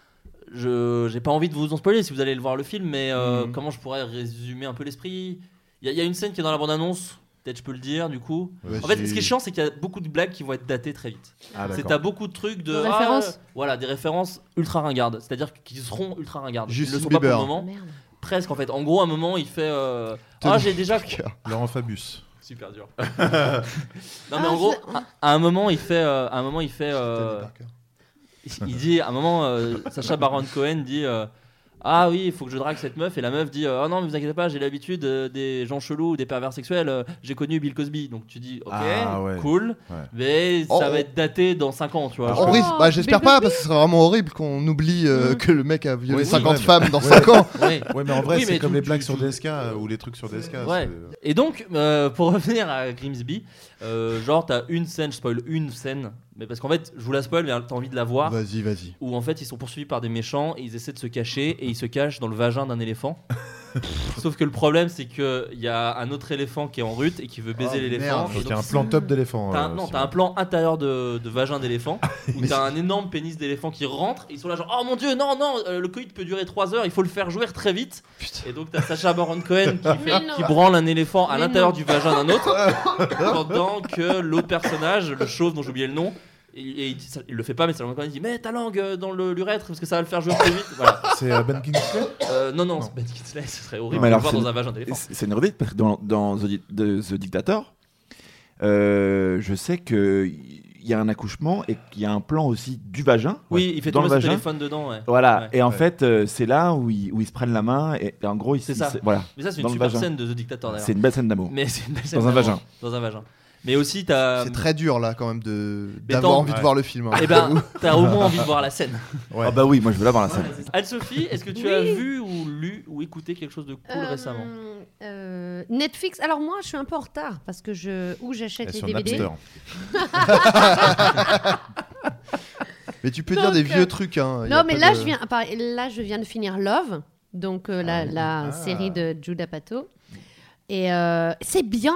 Je j'ai pas envie de vous en spoiler si vous allez le voir le film mais euh, Mhm. comment je pourrais résumer un peu l'esprit. Il y, a- il y a une scène qui est dans la bande-annonce, peut-être je peux le dire du coup. En fait, ce qui est chiant, c'est qu'il y a beaucoup de blagues qui vont être datées très vite. Ah, c'est d'accord. t'as beaucoup de trucs de De ah, références. voilà, des références ultra ringardes, c'est-à-dire qu'ils seront ultra ringardes. Ils Justin le sont pas Bieber. pour le moment. Merde. Presque en fait. En gros, à un moment, il fait euh, Tony ah j'ai déjà Laurent Fabius. super dur. non mais Ah, en gros, je- à, à un moment, il fait euh, à un moment il fait euh, Tony Parker. il, il dit à un moment euh, Sacha Baron Cohen dit euh, ah oui, il faut que je drague cette meuf et la meuf dit oh non mais vous inquiétez pas, j'ai l'habitude euh, des gens chelous ou des pervers sexuels, euh, j'ai connu Bill Cosby. Donc tu dis OK, Ah, ouais. cool, Ouais. mais Oh, ça oh. va être daté dans cinq ans, tu vois. On genre. risque- bah, j'espère Bill pas, Cosby. parce que ce serait vraiment horrible qu'on oublie euh, Mm. que le mec a violé Oui, cinquante oui. femmes dans Ouais. cinq ans. Oui. Ouais, mais en vrai, Oui, c'est mais comme tout- les blagues tu- sur tu- D S K euh, ou les trucs sur D S K. Ouais. c'est- Et donc, euh, pour revenir à Grimsby, euh, genre t'as une scène, je spoil une scène, mais parce qu'en fait, je vous la spoil, mais t'as envie de la voir. Vas-y, vas-y. Où en fait ils sont poursuivis par des méchants et ils essaient de se cacher et ils se cachent dans le vagin d'un éléphant. Sauf que le problème c'est qu'il y a un autre éléphant qui est en route et qui veut baiser Oh, l'éléphant. merde. Et Donc il y a donc, un plan top d'éléphant. T'as un, euh, non, Simon. t'as un plan intérieur de, de vagin d'éléphant où Mais t'as un énorme pénis d'éléphant qui rentre. Et ils sont là, genre, oh mon dieu, non, non, euh, le coït peut durer trois heures, il faut le faire jouer très vite. Et donc t'as Sacha Baron Cohen qui, fait, Mais non. qui branle un éléphant à Mais l'intérieur non. du vagin d'un autre, pendant que l'autre personnage, le chauve dont j'ai oublié le nom, et, et il, dit ça- il le fait pas, mais Sacha Baron Cohen dit, mets ta langue euh, dans le- l'urètre parce que ça va le faire jouer très vite. Voilà. C'est euh, Ben Kingsley. Euh, non, non, Non. c'est Ben Kingsley, ce serait horrible Mais de le alors, voir c'est- dans un vagin d'éléphant. C'est c'est une redite parce que dans, dans The, Di- de- The Dictator, euh, je sais qu'il y a un accouchement et qu'il y a un plan aussi du vagin. Oui, il fait dans tomber le son vagin. téléphone dedans. Ouais. Voilà, Ouais. et en Ouais. fait, euh, c'est là où ils, où ils se prennent la main et, et en gros, ils C'est ils ça. se- voilà. Mais ça, c'est une Dans le super vagin. scène de The Dictator d'ailleurs. C'est une belle scène d'amour. Mais c'est une belle scène Dans un d'amour. vagin. Dans un vagin. Mais aussi, t'as. C'est très dur là quand même de Mais d'avoir attends, envie de ouais. voir le film. hein. Eh ben, t'as au moins envie de voir la scène. Ouais. Ah bah oui, moi je veux la voir la scène. Anne-Sophie, est-ce que tu Oui. as vu ou lu ou écouté quelque chose de cool Euh, récemment euh, Netflix. Alors moi, je suis un peu en retard parce que je où j'achète Et les sur D V D. Napster. Mais tu peux Donc, dire des euh, vieux trucs. Hein. Y a Non, mais pas là, de- je viens. par- Là, je viens de finir Love, donc euh, la, la Ah. série de Judd Apatow, et euh, c'est bien.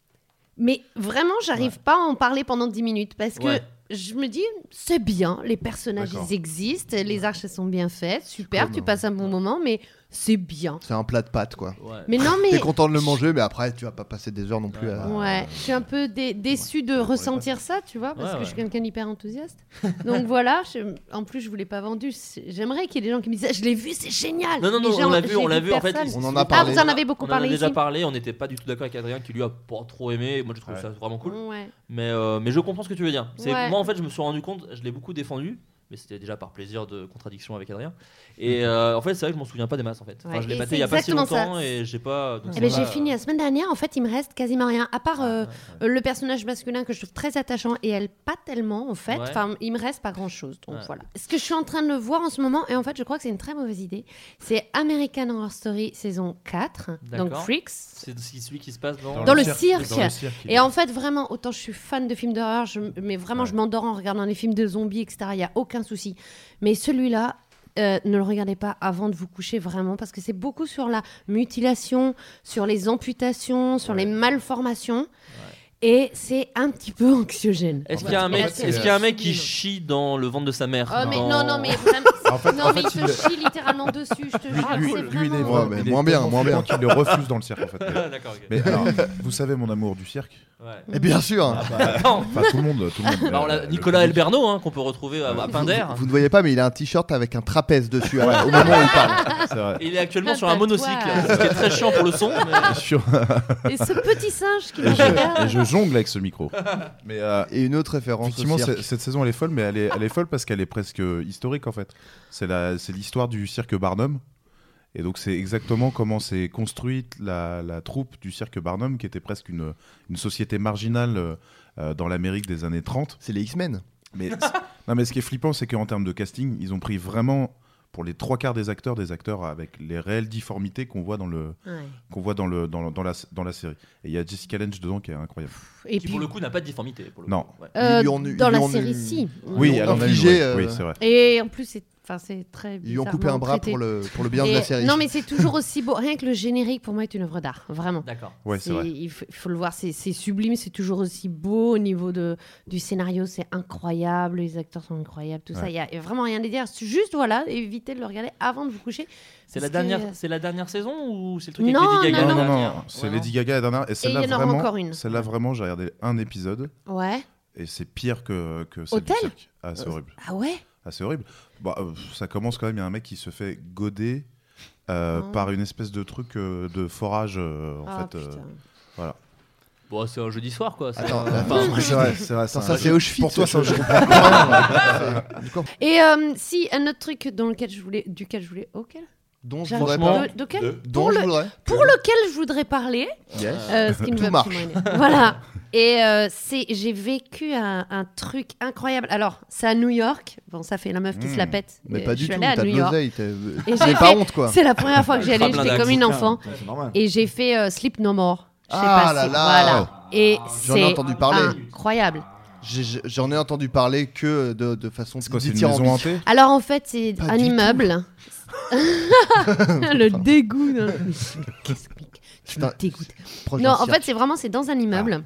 Mais vraiment, j'arrive pas à en parler pendant dix minutes parce que Ouais. je me dis, c'est bien, les personnages D'accord. ils existent, les arches elles sont bien faites, super, Comme, tu euh, passes un bon moment, mais c'est bien. C'est un plat de pâtes quoi. Ouais. Mais non, T'es mais content de le manger, mais après tu vas pas passer des heures non plus à. ouais, je suis un peu dé- déçue de ressentir ça, tu vois, parce Ouais, que ouais. je suis quelqu'un d'hyper enthousiaste. Donc voilà, je- en plus je vous l'ai pas vendu. C'est- J'aimerais qu'il y ait des gens qui me disent, ah, je l'ai vu, c'est génial. Non, non, Mais non, j'ai- on l'a vu, j'ai on l'a vu. En fait, personne. On en a Ah, parlé. vous en avez beaucoup on en parlé a déjà ici. parlé. On n'était pas du tout d'accord avec Adrien qui lui a pas trop aimé. Moi, j'ai trouvé Ouais. ça vraiment cool. Ouais. Mais, euh, mais je comprends ce que tu veux dire. C'est- Ouais. Moi, en fait, je me suis rendu compte, je l'ai beaucoup défendu, mais c'était déjà par plaisir de contradiction avec Adrien. Et euh, en fait, c'est vrai que je m'en souviens pas des masses en fait. Enfin, Ouais, je l'ai et maté c'est il y a pas si exactement longtemps ça. et j'ai pas. donc Eh c'est ben, pas- j'ai fini la semaine dernière. En fait, il me reste quasiment rien, à part euh, ouais, le personnage masculin que je trouve très attachant et elle pas tellement en fait. Ouais. Enfin, il me reste pas grand chose. Donc Ouais. voilà. Ce que je suis en train de le voir en ce moment, et en fait, je crois que c'est une très mauvaise idée. C'est American Horror Story saison quatre, donc D'accord. Freaks. C'est celui qui se passe dans. Dans le cirque. Dans le cirque, il Et est- en fait, vraiment, autant je suis fan de films d'horreur, je- mais vraiment, Ouais. je m'endors en regardant les films de zombies, et cetera. Il n'y a aucun souci. Mais celui-là, euh, ne le regardez pas avant de vous coucher, vraiment, parce que c'est beaucoup sur la mutilation, sur les amputations, sur Ouais. les malformations. Et c'est un petit peu anxiogène. Est-ce qu'il y a un Et mec, là, c'est- est-ce qu'il y a un mec qui chie dans le ventre de sa mère Oh, mais dans- non, non, mais vraiment. En fait- non, en mais fait, il il- se chie littéralement dessus, je te jure. Lui, c'est lui, il est, vraiment- Ouais, mais il est moins bien, tellement moins bien. flippant qu'il le refuse dans le cirque en fait. Ah, D'accord, ok. Mais alors, vous savez mon amour du cirque. Ouais. Et bien sûr. Ah bah, attends. Enfin, tout le monde, tout le monde. Bah, on l'a- Euh, le Nicolas public. Elberno, hein, qu'on peut retrouver à, à Vous, Pinder. vous- vous ne voyez pas, mais il a un t-shirt avec un trapèze dessus à- au moment où il parle. C'est vrai. Et il est actuellement Un sur un monocycle, tatouage. ce qui est très chiant pour le son. mais- Sur- Et ce petit singe qui et, nous je, regarde. et je jongle avec ce micro. Mais euh, Et une autre référence au effectivement, cirque. c'est- cette saison elle est folle, mais elle est, elle est folle parce qu'elle est presque historique en fait. C'est la- c'est l'histoire du cirque Barnum. Et donc c'est exactement comment s'est construite la, la troupe du cirque Barnum, qui était presque une, une société marginale euh, euh, dans l'Amérique des années trente. C'est les X-Men. Mais, non, mais ce qui est flippant, c'est qu'en termes de casting, ils ont pris vraiment pour les trois quarts des acteurs, des acteurs avec les réelles difformités qu'on voit dans le, Ouais. qu'on voit dans le, dans, le- dans la, dans la série. Et il y a Jessica Lange dedans qui est incroyable. Et Qui puis, pour le coup n'a pas de difformité. Pour le Non. coup. Ouais. euh, Ils lui ont eu- dans ils la lui ont série, eu- si. Oui, Ils elle l'ont en a infligé, une, euh, oui, c'est vrai. Et en plus, c'est, enfin, c'est très Ils lui ont bizarrement coupé un bras traité. pour le, pour le bien de Et- la série. Non, mais c'est toujours aussi beau. Rien que le générique, pour moi, est une œuvre d'art, vraiment. D'accord. Ouais, c'est vrai. Il faut, il faut le voir, c'est, c'est sublime, c'est toujours aussi beau au niveau de, du scénario, c'est incroyable, les acteurs sont incroyables, tout ça. Ouais. Il n'y a, y a vraiment rien à dire. C'est juste, voilà, évitez de le regarder avant de vous coucher. C'est la Parce que- dernière, c'est la dernière saison ou c'est le truc Non, avec Lady Gaga non, Non, la non, dernière non, c'est Ouais, Lady Gaga la dernière. Et celle-là, il y en aura vraiment, encore une. celle-là, vraiment, j'ai regardé un épisode Ouais. et c'est pire que, que celle Hôtel du cirque. Ah, c'est horrible. Ah ouais Ah, c'est horrible. Bah, euh, ça commence quand même, il y a un mec qui se fait goder euh, Oh. par une espèce de truc euh, de forage, euh, en Ah, fait. euh, putain. voilà. Bon, c'est un jeudi soir quoi. c'est- Attends, Enfin, C'est vrai, c'est vrai. Attends, c'est ça un- c'est Auschwitz. Pour toi, je, ça, je comprends pas. C'est- du coup, Et euh, si, un autre truc dans lequel je voulais, duquel je voulais. Auquel dont je J'arrive- voudrais Franchement, pas. de, de quel de- Dont pour, je le- voudrais. pour lequel je voudrais parler, Yes. euh, ce qui me Tout veut marche. absolument énerver. Voilà. Et euh, c'est, j'ai vécu un, un truc incroyable. Alors, c'est à New York. Bon, ça fait la meuf qui Mmh. se la pète. Mais Euh, pas je du suis tout. allée à T'as de New York. l'oseille. t'as- Et J'ai j'ai pas fait- honte quoi. C'est la première fois que j'y allais. Ultra J'étais blindax. comme une enfant. C'est normal. Et j'ai fait euh, Sleep No More. Je sais Ah pas là si- là. Voilà. Et J'en ai c'est entendu parler. incroyable. J'ai- j'ai- J'en ai entendu parler que de, de façon C'est quoi, c'est une dithyrambique. maison hantée Alors en fait, c'est Pas un du tout. immeuble. Le dégoût. non. Qu'est-ce que tu me Putain, dégoûtes. proche Non, d'un en fait, cirque. c'est vraiment c'est dans un immeuble,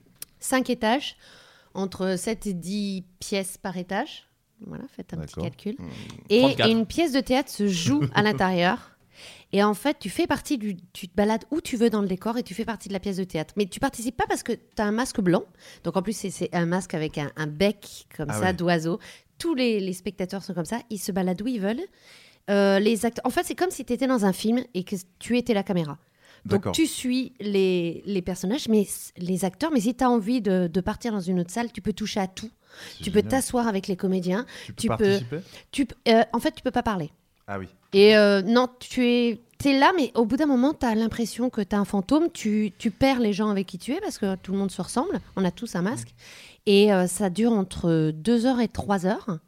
cinq étages, entre sept et dix pièces par étage. Voilà, faites un petit D'accord. calcul. Mmh. Et, trente-quatre. et une pièce de théâtre se joue à l'intérieur. Et en fait, tu fais partie du. Tu te balades où tu veux dans le décor et tu fais partie de la pièce de théâtre. Mais tu participes pas parce que tu as un masque blanc. Donc en plus, c'est, c'est un masque avec un, un bec comme Ah ça ouais. d'oiseau. Tous les, les spectateurs sont comme ça. Ils se baladent où ils veulent. Euh, les acteurs... En fait, c'est comme si tu étais dans un film et que tu étais la caméra. Donc D'accord. tu suis les, les personnages, mais s- les acteurs. Mais si tu as envie de, de partir dans une autre salle, tu peux toucher à tout. C'est Tu peux génial. t'asseoir avec les comédiens. Tu peux tu peux- participer Tu, p- euh, en fait, tu peux pas parler. Ah oui. Et euh, non, tu es, t'es là, mais au bout d'un moment, tu as l'impression que tu as un fantôme. Tu, tu perds les gens avec qui tu es parce que tout le monde se ressemble. On a tous un masque. Et euh, ça dure entre deux heures et trois heures.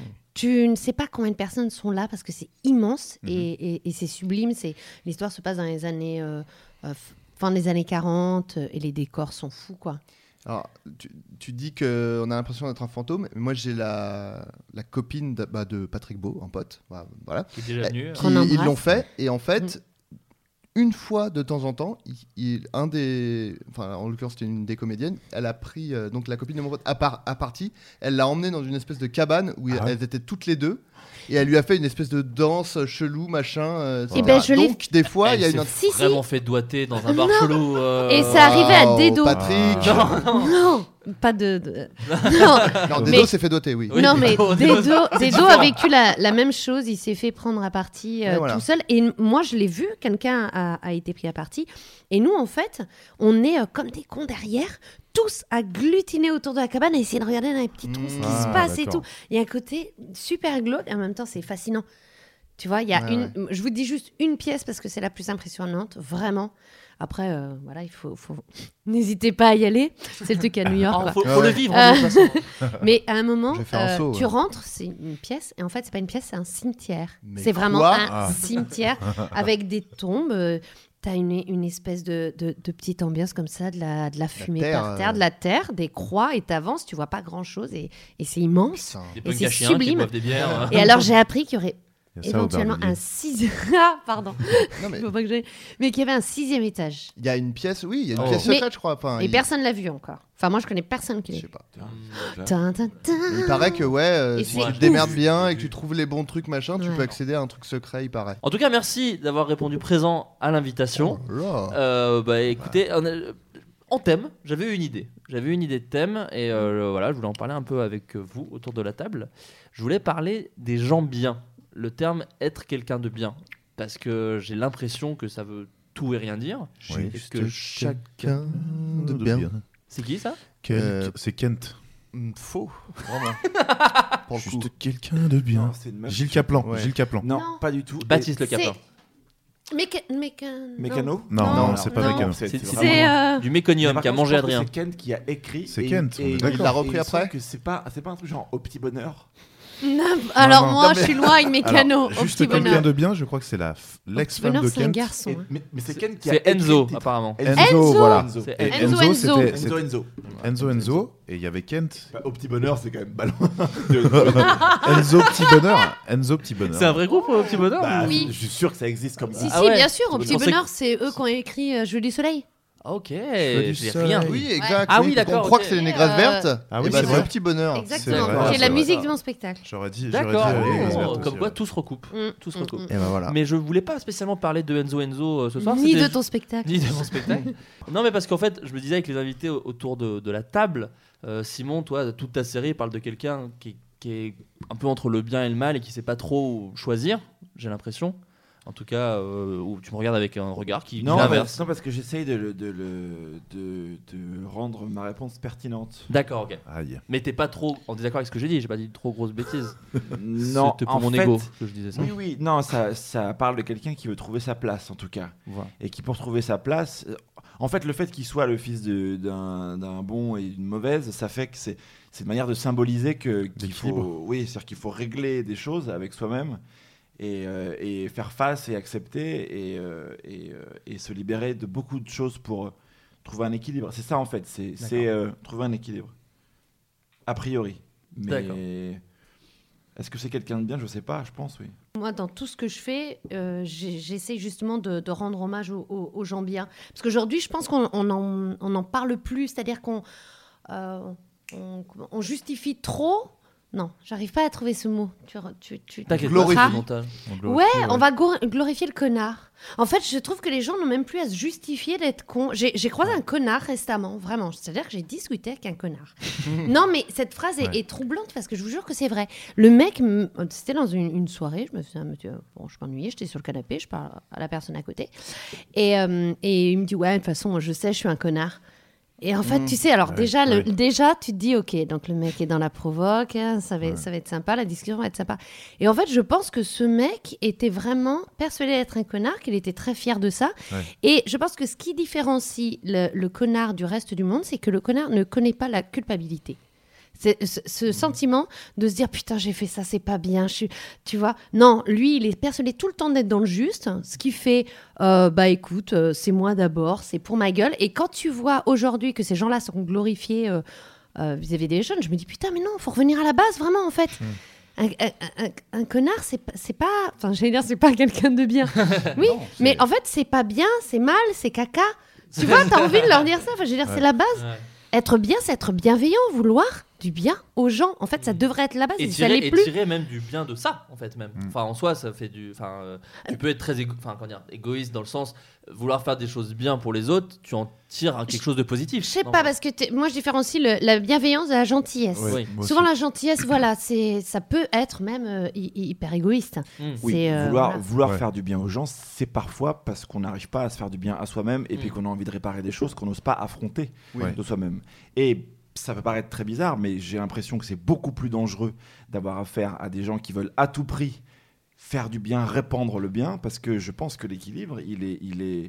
Tu ne sais pas combien de personnes sont là parce que c'est immense Mhm. et, et- et c'est sublime. C'est, l'histoire se passe dans les années, euh, euh, f- fin des années quarante euh, et les décors sont fous, quoi. Alors, tu, tu dis qu'on a l'impression d'être un fantôme. Mais moi, j'ai la, la copine de, bah, de Patrick Beau, un pote. Bah, voilà. Qui est déjà venu. Qui- Qu'on ils embrasse. l'ont fait. Et en fait, une fois de temps en temps, il, il- un des, enfin, en l'occurrence, c'était une des comédiennes. Elle a pris euh, donc la copine de mon pote à, part, à partie. Elle l'a emmenée dans une espèce de cabane où Ah ouais. elles étaient toutes les deux. Et elle lui a fait une espèce de danse chelou, machin. euh, Eh et ben, cetera. je l'ai- Donc, des fois, il y a Elle une. s'est Si, si. vraiment fait doigter dans un bar chelou. euh, Et ça arrivait à Waouh, Dedo. Patrick. Non, Non, pas de. de- Non, Non, Mais- Dedo s'est fait doter, oui. Oui, non, mais Dedo, Dedo, c'est Dedo différent. a vécu la, la même chose. Il s'est fait prendre à partie euh, Ouais, voilà. tout seul. Et n- moi, je l'ai vu. Quelqu'un a, a été pris à partie. Et nous, en fait, on est euh, comme des cons derrière, tous agglutinés autour de la cabane à essayer de regarder dans les petits trous ce qui Ah, se passe et d'accord. tout. Il y a un côté super glauque et en même temps, c'est fascinant. Tu vois, il y a Ouais, une. Je vous dis juste une pièce parce que c'est la plus impressionnante, vraiment. Après, euh, voilà, il faut, faut... N'hésitez pas à y aller. C'est le truc à New York. Ah, quoi. faut, faut Ouais. le vivre Euh, de toute façon. Mais à un moment, Je vais faire un euh, saut, tu ouais. rentres, c'est une pièce, et en fait, c'est pas une pièce, c'est un cimetière. Mais C'est vraiment quoi un Ah. cimetière avec des tombes. euh, T'as une, une espèce de, de, de petite ambiance comme ça, de la, de la fumée terre, par terre, euh. de la terre, des croix, et t'avances, tu vois pas grand-chose, et, et c'est immense. Putain. Des Et punks c'est à chiens qui sublime. boivent des bières. Et alors, j'ai appris qu'il y aurait Il y a ça au éventuellement Aubervilliers. un sixième... Ah, pardon, Non, mais faut pas que j'aille- Mais qu'il y avait un sixième étage. il y a une pièce, oui, il y a une Oh. pièce Mais- secrète, je crois. Enfin, Et il... personne l'a vu encore. Enfin, moi, je connais personne qui Je l'a sais vu. pas. Tin, tin, tin. Il paraît que, ouais, euh, Et si c'est tu te démerdes ouf. bien et que tu trouves les bons trucs, machin, tu Ouais. peux accéder à un truc secret, il paraît. En tout cas, merci d'avoir répondu présent à l'invitation. Oh là. Euh, bah écoutez, on a- en thème, j'avais une idée. J'avais une idée de thème et euh, voilà, je voulais en parler un peu avec vous autour de la table. Je voulais parler des gens bien. Le terme être quelqu'un de bien, parce que j'ai l'impression que ça veut tout et rien dire. Oui. Et que chaque... Quelqu'un de bien. C'est qui ça? Quel- Euh, C'est Kent. Mm, Faux, vraiment. Pour le coup. Juste quelqu'un de bien. Non, c'est une meuf. Gilles Caplan. Ouais. Caplan. Gilles Caplan. Non, Non. pas du tout. Baptiste Le C'est- Caplan. Méca... Méca- Mécano Non, Non, non, alors, c'est pas non. Mécano. C'est C'est- c'est c'est- vraiment- C'est... euh, Du Mais Méconium par qui a contre, mangé je pense que Adrien. C'est Kent qui a écrit. C'est et- Kent, on et est il- d'accord. Il l'a repris et il me semble après que c'est pas, c'est pas un truc genre au petit bonheur. Non, alors non. moi, Non, mais- je suis loin avec mes canaux. Alors, Au juste petit quelqu'un bonheur. de bien, je crois que c'est la f- l'ex-femme bonheur, de c'est un Kent. garçon. Et- hein. mais, mais c'est Ken qui a C'est écrit le Enzo, titre. apparemment. Enzo, Enzo voilà. Enzo. C'est Et Enzo, Enzo, Enzo. c'était- Enzo, c'était- Enzo. Enzo, Enzo, et il y avait Kent. Bah, au petit bonheur, c'est quand même ballon. Enzo Petit Bonheur. Enzo Petit Bonheur. C'est un vrai groupe, euh, Petit Bonheur Bah, Oui. Je suis sûr que ça existe comme Si, ça. Ah si, ouais. bien sûr. Au Je petit pensais bonheur, c'est eux qui ont écrit euh, Jeu du soleil. Ok, du j'ai soleil. rien. Oui, exact. Ah oui, parce qu'on d'accord, croit ok. que c'est les Et, négresses euh, vertes. Ah oui, et bah, c'est c'est vrai. le petit bonheur. Exactement. vrai, Qui est c'est la vrai. musique de mon spectacle. J'aurais dit, j'aurais dit D'accord, euh, les négresses oh, vertes comme aussi, quoi ouais. tout se recoupe. Mm, Tout se mm, recoupe. mm. Et bah voilà. Mais je voulais pas spécialement parler de Enzo Enzo euh, ce soir. Ni c'était- de ton spectacle. Ni de mon spectacle. Non, mais parce qu'en fait, je me disais avec les invités au- autour de, de la table, euh, Simon, toi, toute ta série parle de quelqu'un qui, qui est un peu entre le bien et le mal et qui sait pas trop choisir, j'ai l'impression. En tout cas, euh, où tu me regardes avec un regard qui Non, qui parce, l'inverse. non, parce que j'essaye de, le- de, le- de, de rendre ma réponse pertinente. D'accord, ok. Aïe. Mais t'es pas trop en désaccord avec ce que j'ai dit, j'ai pas dit de trop grosses bêtises. Non, C'était pour en mon fait, ego que je disais ça. Oui, oui, non, ça, ça parle de quelqu'un qui veut trouver sa place, en tout cas. Voilà. Et qui, pour trouver sa place, euh, en fait, le fait qu'il soit le fils de- d'un d'un bon et d'une mauvaise, ça fait que c'est c'est une manière de symboliser que qu'il L'équilibre. faut, oui, c'est-à-dire qu'il faut régler des choses avec soi-même et, euh, et faire face et accepter et, euh, et, euh, et se libérer de beaucoup de choses pour euh, trouver un équilibre. C'est ça, en fait, c'est c'est, euh, trouver un équilibre. A priori. D'accord. Mais est-ce que c'est quelqu'un de bien? Je sais pas, je pense, oui. Moi, dans tout ce que je fais, euh, j'ai- j'essaie justement de, de rendre hommage aux, aux- aux gens bien. Parce qu'aujourd'hui, je pense qu'on on en, on en parle plus, c'est-à-dire qu'on euh, on, on justifie trop. Non, j'arrive pas à trouver ce mot. Tu, tu, tu, T'inquiète pas, Glorifie. c'est du montage. On glorifie, Ouais, on va go- glorifier le connard. En fait, je trouve que les gens n'ont même plus à se justifier d'être cons. J'ai j'ai croisé un connard récemment, vraiment. C'est-à-dire que j'ai discuté avec un connard. Non, mais cette phrase est, Ouais. est troublante parce que je vous jure que c'est vrai. Le mec, m- c'était dans une, une soirée, je me faisais un monsieur, bon, je m'ennuyais, j'étais sur le canapé, je parle à la personne à côté. Et, euh, et il me dit, ouais, de toute façon, je sais, je suis un connard. Et en fait, tu sais, alors Ouais, déjà, le- ouais. déjà, tu te dis, ok, donc le mec est dans la provoque, hein, ça, va, ça va être sympa, la discussion va être sympa. Et en fait, je pense que ce mec était vraiment persuadé d'être un connard, qu'il était très fier de ça. Ouais. Et je pense que ce qui différencie le, le connard du reste du monde, c'est que le connard ne connaît pas la culpabilité. C'est ce, ce sentiment de se dire putain j'ai fait ça c'est pas bien je suis tu vois non lui il est persuadé tout le temps d'être dans le juste, ce qui fait euh, bah écoute euh, c'est moi d'abord, c'est pour ma gueule. Et quand tu vois aujourd'hui que ces gens-là sont glorifiés euh, euh, vis-à-vis des jeunes, je me dis putain mais non faut revenir à la base vraiment en fait. Un, un- un- un connard c'est pas c'est pas enfin j'allais dire c'est pas quelqu'un de bien oui Non, c'est- mais en fait c'est pas bien, c'est mal, c'est caca, tu vois. T'as envie de leur dire ça, enfin je veux dire c'est la base. Ouais. Être bien, c'est être bienveillant, vouloir du bien aux gens. En fait, ça devrait être la base. Et Et ça tirer, l'est et plus. tirer même du bien de ça, en fait, même. Enfin, en soi, ça fait du. Enfin, euh, tu peux être très égo... enfin, comment dire, égoïste dans le sens euh, vouloir faire des choses bien pour les autres, tu en tires un- quelque chose de positif. Je sais Non, pas, mais- parce que t'es- moi, je différencie le- la bienveillance de la gentillesse. Ouais, Oui. moi aussi. Souvent, la gentillesse, voilà, c'est, ça peut être même euh, hy- hy- hyper égoïste. Mm. Oui, C'est, euh, vouloir, voilà. vouloir Ouais. faire du bien aux gens, c'est parfois parce qu'on n'arrive pas à se faire du bien à soi-même et puis Mm. qu'on a envie de réparer des choses qu'on n'ose pas affronter Ouais. de soi-même. Et ça peut paraître très bizarre, mais j'ai l'impression que c'est beaucoup plus dangereux d'avoir affaire à des gens qui veulent à tout prix faire du bien, répandre le bien, parce que je pense que l'équilibre, il est, il est,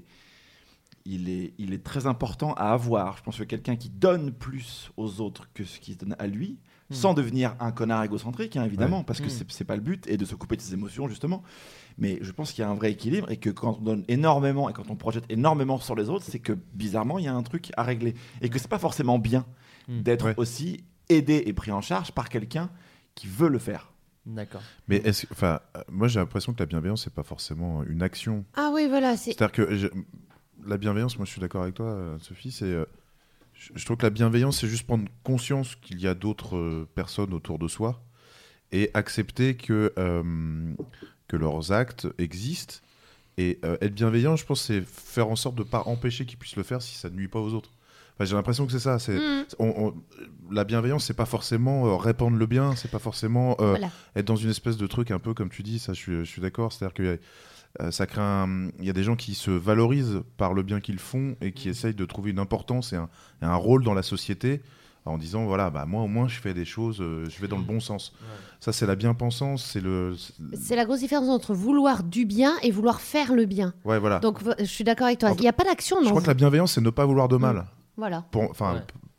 il est, il est très important à avoir. Je pense que quelqu'un qui donne plus aux autres que ce qu'il se donne à lui, Mm. sans devenir un connard égocentrique, hein, évidemment, Ouais. parce que Mm. c'est c'est pas le but, et de se couper de ses émotions, justement. Mais je pense qu'il y a un vrai équilibre et que quand on donne énormément et quand on projette énormément sur les autres, c'est que bizarrement, il y a un truc à régler. Et que c'est pas forcément bien Mm. d'être Ouais. aussi aidé et pris en charge par quelqu'un qui veut le faire. D'accord. Mais est-ce, enfin, euh, moi j'ai l'impression que la bienveillance c'est pas forcément une action. Ah oui, voilà. C'est... C'est-à-dire que je- la bienveillance, moi je suis d'accord avec toi, euh, Sophie, c'est, euh, je, je trouve que la bienveillance c'est juste prendre conscience qu'il y a d'autres euh, personnes autour de soi et accepter que euh, que leurs actes existent. Et euh, être bienveillant, je pense, c'est faire en sorte de pas empêcher qu'ils puissent le faire si ça ne nuit pas aux autres. Enfin, j'ai l'impression que c'est ça. C'est, Mm. on- on- la bienveillance, c'est pas forcément euh, répandre le bien, c'est pas forcément euh, Voilà. être dans une espèce de truc un peu comme tu dis. Ça, je suis, je suis d'accord. C'est-à-dire que euh, ça crée un... il y a des gens qui se valorisent par le bien qu'ils font et qui essayent de trouver une importance et un, et un rôle dans la société en disant voilà, bah moi au moins je fais des choses, euh, je vais dans le bon sens. Ouais. Ça, c'est la bien-pensance, c'est le. c'est la grosse différence entre vouloir du bien et vouloir faire le bien. Ouais, voilà. Donc, v- je suis d'accord avec toi. En Il n'y a pas d'action. je Non. crois que la bienveillance, c'est ne pas vouloir de mal. Voilà. Pour, enfin, Ouais. p-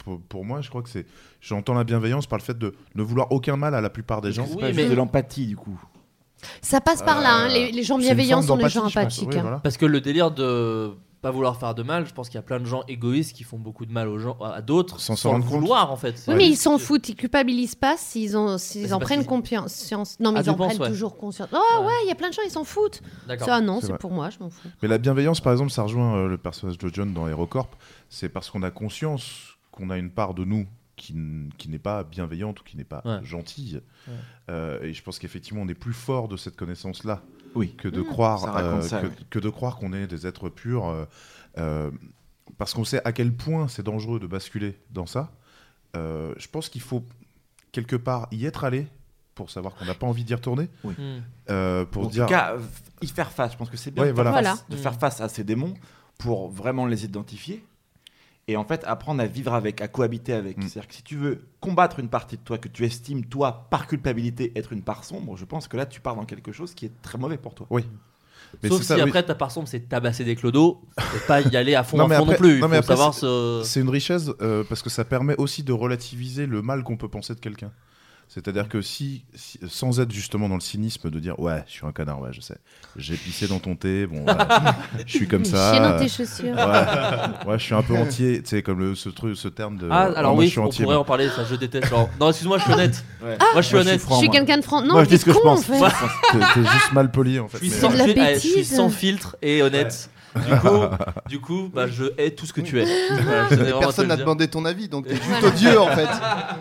pour, pour moi, je crois que c'est. J'entends la bienveillance par le fait de ne vouloir aucun mal à la plupart des gens. C'est Oui, pas mais- juste de l'empathie du coup. Ça passe par là, hein. Euh, les, les gens c'est une bienveillants forme sont les gens d'empathie, je pense. empathiques. Oui, hein. voilà. Parce que le délire de pas vouloir faire de mal, je pense qu'il y a plein de gens égoïstes qui font beaucoup de mal aux gens, à d'autres Sans sans, s'en le rendre compte. vouloir en fait. Oui, C'est mais ils juste s'en que- foutent, ils culpabilisent pas s'ils, ont, s'ils Mais c'est en parce prennent qu'ils- conscience. Non, mais Ah, ils tu en penses, prennent ouais. toujours conscience. Oh Ouais. ouais, il y a plein de gens, ils s'en foutent. D'accord. Ça, non, C'est c'est vrai. pour moi, je m'en fous. Mais la bienveillance, par exemple, ça rejoint euh, le personnage de John dans HeroCorp. C'est parce qu'on a conscience qu'on a une part de nous qui, n- qui n'est pas bienveillante ou qui n'est pas Ouais. gentille. Ouais. Euh, et je pense qu'effectivement, on est plus fort de cette connaissance-là Oui. que de Mmh. croire Ça raconte ça, que, ouais. que de croire qu'on est des êtres purs. euh, euh, parce qu'on sait à quel point c'est dangereux de basculer dans ça. Euh, je pense qu'il faut quelque part y être allé pour savoir qu'on n'a pas envie d'y retourner. Hmm. Euh, pour En se dire. tout cas, euh, y faire face. Je pense que c'est bien Ouais, de, faire voilà. face, Voilà. de faire face à ces démons pour vraiment les identifier et en fait apprendre à vivre avec, à cohabiter avec. Mm. C'est-à-dire que si tu veux combattre une partie de toi que tu estimes, toi, par culpabilité, être une part sombre, je pense que là, tu pars dans quelque chose qui est très mauvais pour toi. Oui. Mais Sauf c'est si ça, oui. après ta part sombre c'est tabasser des clodos, faut pas y aller à fond Non, à mais fond après- non plus. Il non, mais faut après, savoir c'est- se. C'est une richesse euh, parce que ça permet aussi de relativiser le mal qu'on peut penser de quelqu'un. C'est-à-dire que si, si- sans être justement dans le cynisme de dire ouais, je suis un connard, ouais, je sais, j'ai pissé dans ton thé, bon, ouais, je suis comme ça. Chier dans euh, tes chaussures. Ouais, ouais, je suis un peu entier, tu sais, comme le, ce truc, ce terme de. Ah oh, alors moi, je oui, suis on entier. pourrait moi. en parler, ça je déteste. Genre, non excuse-moi, je suis honnête. Ouais. Moi je suis honnête. franc, Je suis moi. quelqu'un de franc. Non, Moi, je dis t'es ce que je con, pense. en fait. Moi, T'es t'es juste mal poli en fait. Je suis mais- sans, de la fil- eh, je suis bêtise. sans filtre et honnête. Du coup, du coup, bah, je hais tout ce que tu es. Voilà, je tenais vraiment à te Personne le n'a dire. demandé ton avis, donc t'es juste Voilà. odieux en fait.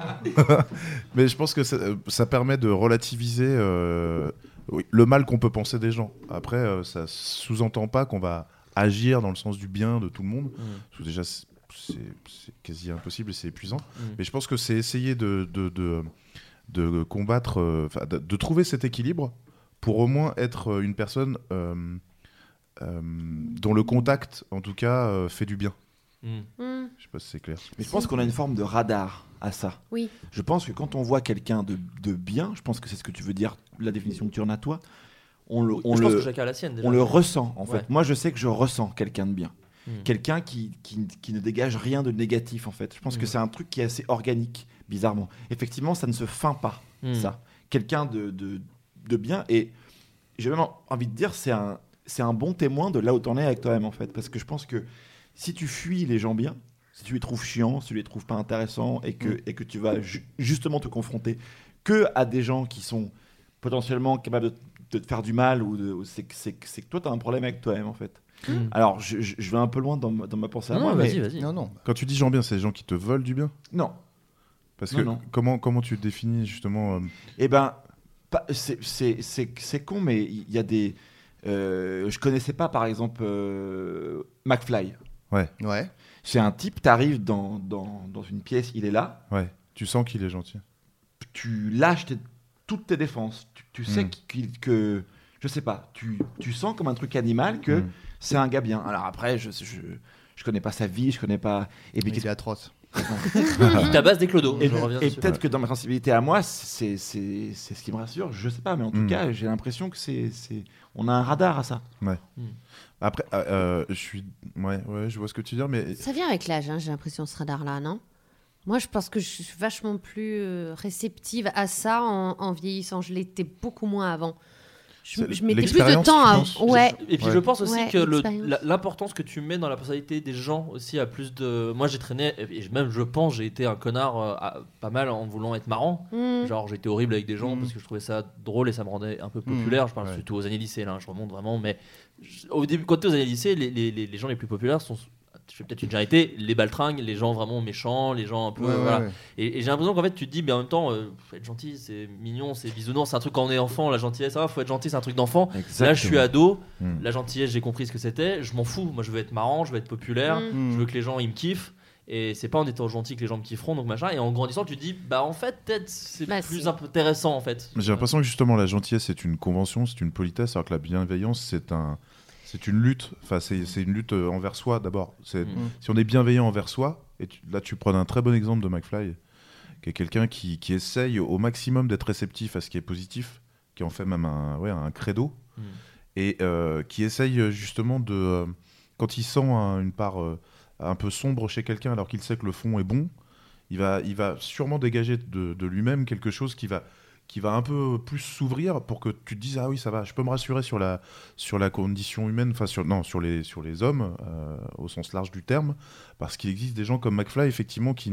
Mais je pense que ça, euh, ça permet de relativiser euh, oui, le mal qu'on peut penser des gens. Après, euh, ça sous-entend pas qu'on va agir dans le sens du bien de tout le monde. Mm. Parce que déjà, c'est c'est- c'est quasi impossible et c'est épuisant. Mm. Mais je pense que c'est essayer de, de, de, de combattre, euh, 'fin, de, de trouver cet équilibre pour au moins être euh, une personne euh, euh, dont le contact, en tout cas, euh, fait du bien. Mm. Hmm, Je sais pas si c'est clair. Mais je pense qu'on a une forme de radar à ça. Oui. Je pense que quand on voit quelqu'un de, de bien, je pense que c'est ce que tu veux dire, la définition que tu en as toi, on le, on je pense le, que chacun a la sienne déjà. on le ressent en fait. Ouais. Moi je sais que je ressens quelqu'un de bien. Mm. Quelqu'un qui, qui, qui ne dégage rien de négatif en fait. Je pense Mm. que c'est un truc qui est assez organique, bizarrement. Effectivement, ça ne se feint pas, Mm. ça. Quelqu'un de, de, de bien, et j'ai même envie de dire, c'est un, c'est un bon témoin de là où t'en es avec toi-même en fait. Parce que je pense que si tu fuis les gens bien, si tu les trouves chiants, si tu les trouves pas intéressants, et que, Mm. et que tu vas ju- justement te confronter que à des gens qui sont potentiellement capables de, de te faire du mal, ou de- c'est que- c'est que c'est que toi tu as un problème avec toi-même en fait. Mm. Alors je, je- je vais un peu loin dans ma, dans ma pensée à Non, moi, vas-y, mais vas-y. Non, non. Quand tu dis gens bien, c'est les gens qui te veulent du bien. non. Parce Non, que non. Comment, comment tu définis justement euh, Eh ben, pas- c'est- c'est c'est- c'est con, mais il y a des. Euh, je connaissais pas, par exemple, euh, McFly. Ouais, Ouais. C'est un type, t'arrives dans, dans, dans une pièce, il est là, ouais. Tu sens qu'il est gentil. tu lâches tes- toutes tes défenses. Tu, tu sais Mm. qu'il- que. Je sais pas, tu, tu sens comme un truc animal que Mm. c'est un gars bien. Alors après, je, je, je connais pas sa vie, je connais pas. Et puis, Mais c'est atroce. Il tabasse des clodos. Et, je reviens et dessus. peut-être que dans ma sensibilité à moi, c'est c'est- c'est ce qui me rassure, je sais pas, mais en tout Mm. cas, j'ai l'impression que c'est c'est- on a un radar à ça. Après, euh, euh, je suis. Ouais, ouais, je vois ce que tu veux dire, mais. Ça vient avec l'âge, hein, j'ai l'impression, ce radar-là, non? Moi, je pense que je suis vachement plus euh, réceptive à ça en, en vieillissant. Je l'étais beaucoup moins avant. Je, C'est je mettais plus de l'expérience, temps tu à... penses Ouais. Et puis Ouais. je pense aussi Ouais, que le- l'expérience. la- l'importance que tu mets dans la personnalité des gens aussi a plus de. Moi j'ai traîné, et même je pense, j'ai été un connard euh, à- pas mal en voulant être marrant. Hmm. Genre j'étais horrible avec des gens Mm. parce que je trouvais ça drôle et ça me rendait un peu populaire. Je parle Ouais. surtout aux années lycée, là, je remonte vraiment. Mais je- au début, quand tu es aux années lycée, les, les, les, les gens les plus populaires sont. Je fais peut-être une charité, les baltringues, les gens vraiment méchants, les gens un peu. Ouais, ouais, voilà. ouais. Et, et j'ai l'impression qu'en fait, tu te dis, mais en même temps, euh, faut être gentil, c'est mignon, c'est bisounours, c'est un truc quand on est enfant, la gentillesse, ça va, faut être gentil, c'est un truc d'enfant. Là, je suis ado, Hmm. la gentillesse, j'ai compris ce que c'était, je m'en fous. Moi, je veux être marrant, je veux être populaire, Mm. je veux que les gens ils me kiffent. Et c'est pas en étant gentil que les gens me kifferont, donc machin. Et en grandissant, tu te dis, bah en fait, peut-être c'est Bah, plus c'est- intéressant en fait. J'ai l'impression que justement la gentillesse c'est une convention, c'est une politesse, alors que la bienveillance c'est un, c'est une lutte. Enfin c'est, c'est une lutte euh, envers soi d'abord. C'est, Mm. Si on est bienveillant envers soi, et tu- là tu prends un très bon exemple de McFly, qui est quelqu'un qui, qui essaye au maximum d'être réceptif à ce qui est positif, qui en fait même un, ouais, un credo, Mm. et euh, qui essaye euh, justement de, euh, quand il sent un- une part euh, un peu sombre chez quelqu'un alors qu'il sait que le fond est bon, il va, il va sûrement dégager de, de lui-même quelque chose qui va, qui va un peu plus s'ouvrir pour que tu te dises ah oui ça va, je peux me rassurer sur la, sur la condition humaine, enfin sur, non, sur les, sur les hommes euh, au sens large du terme, parce qu'il existe des gens comme McFly effectivement qui,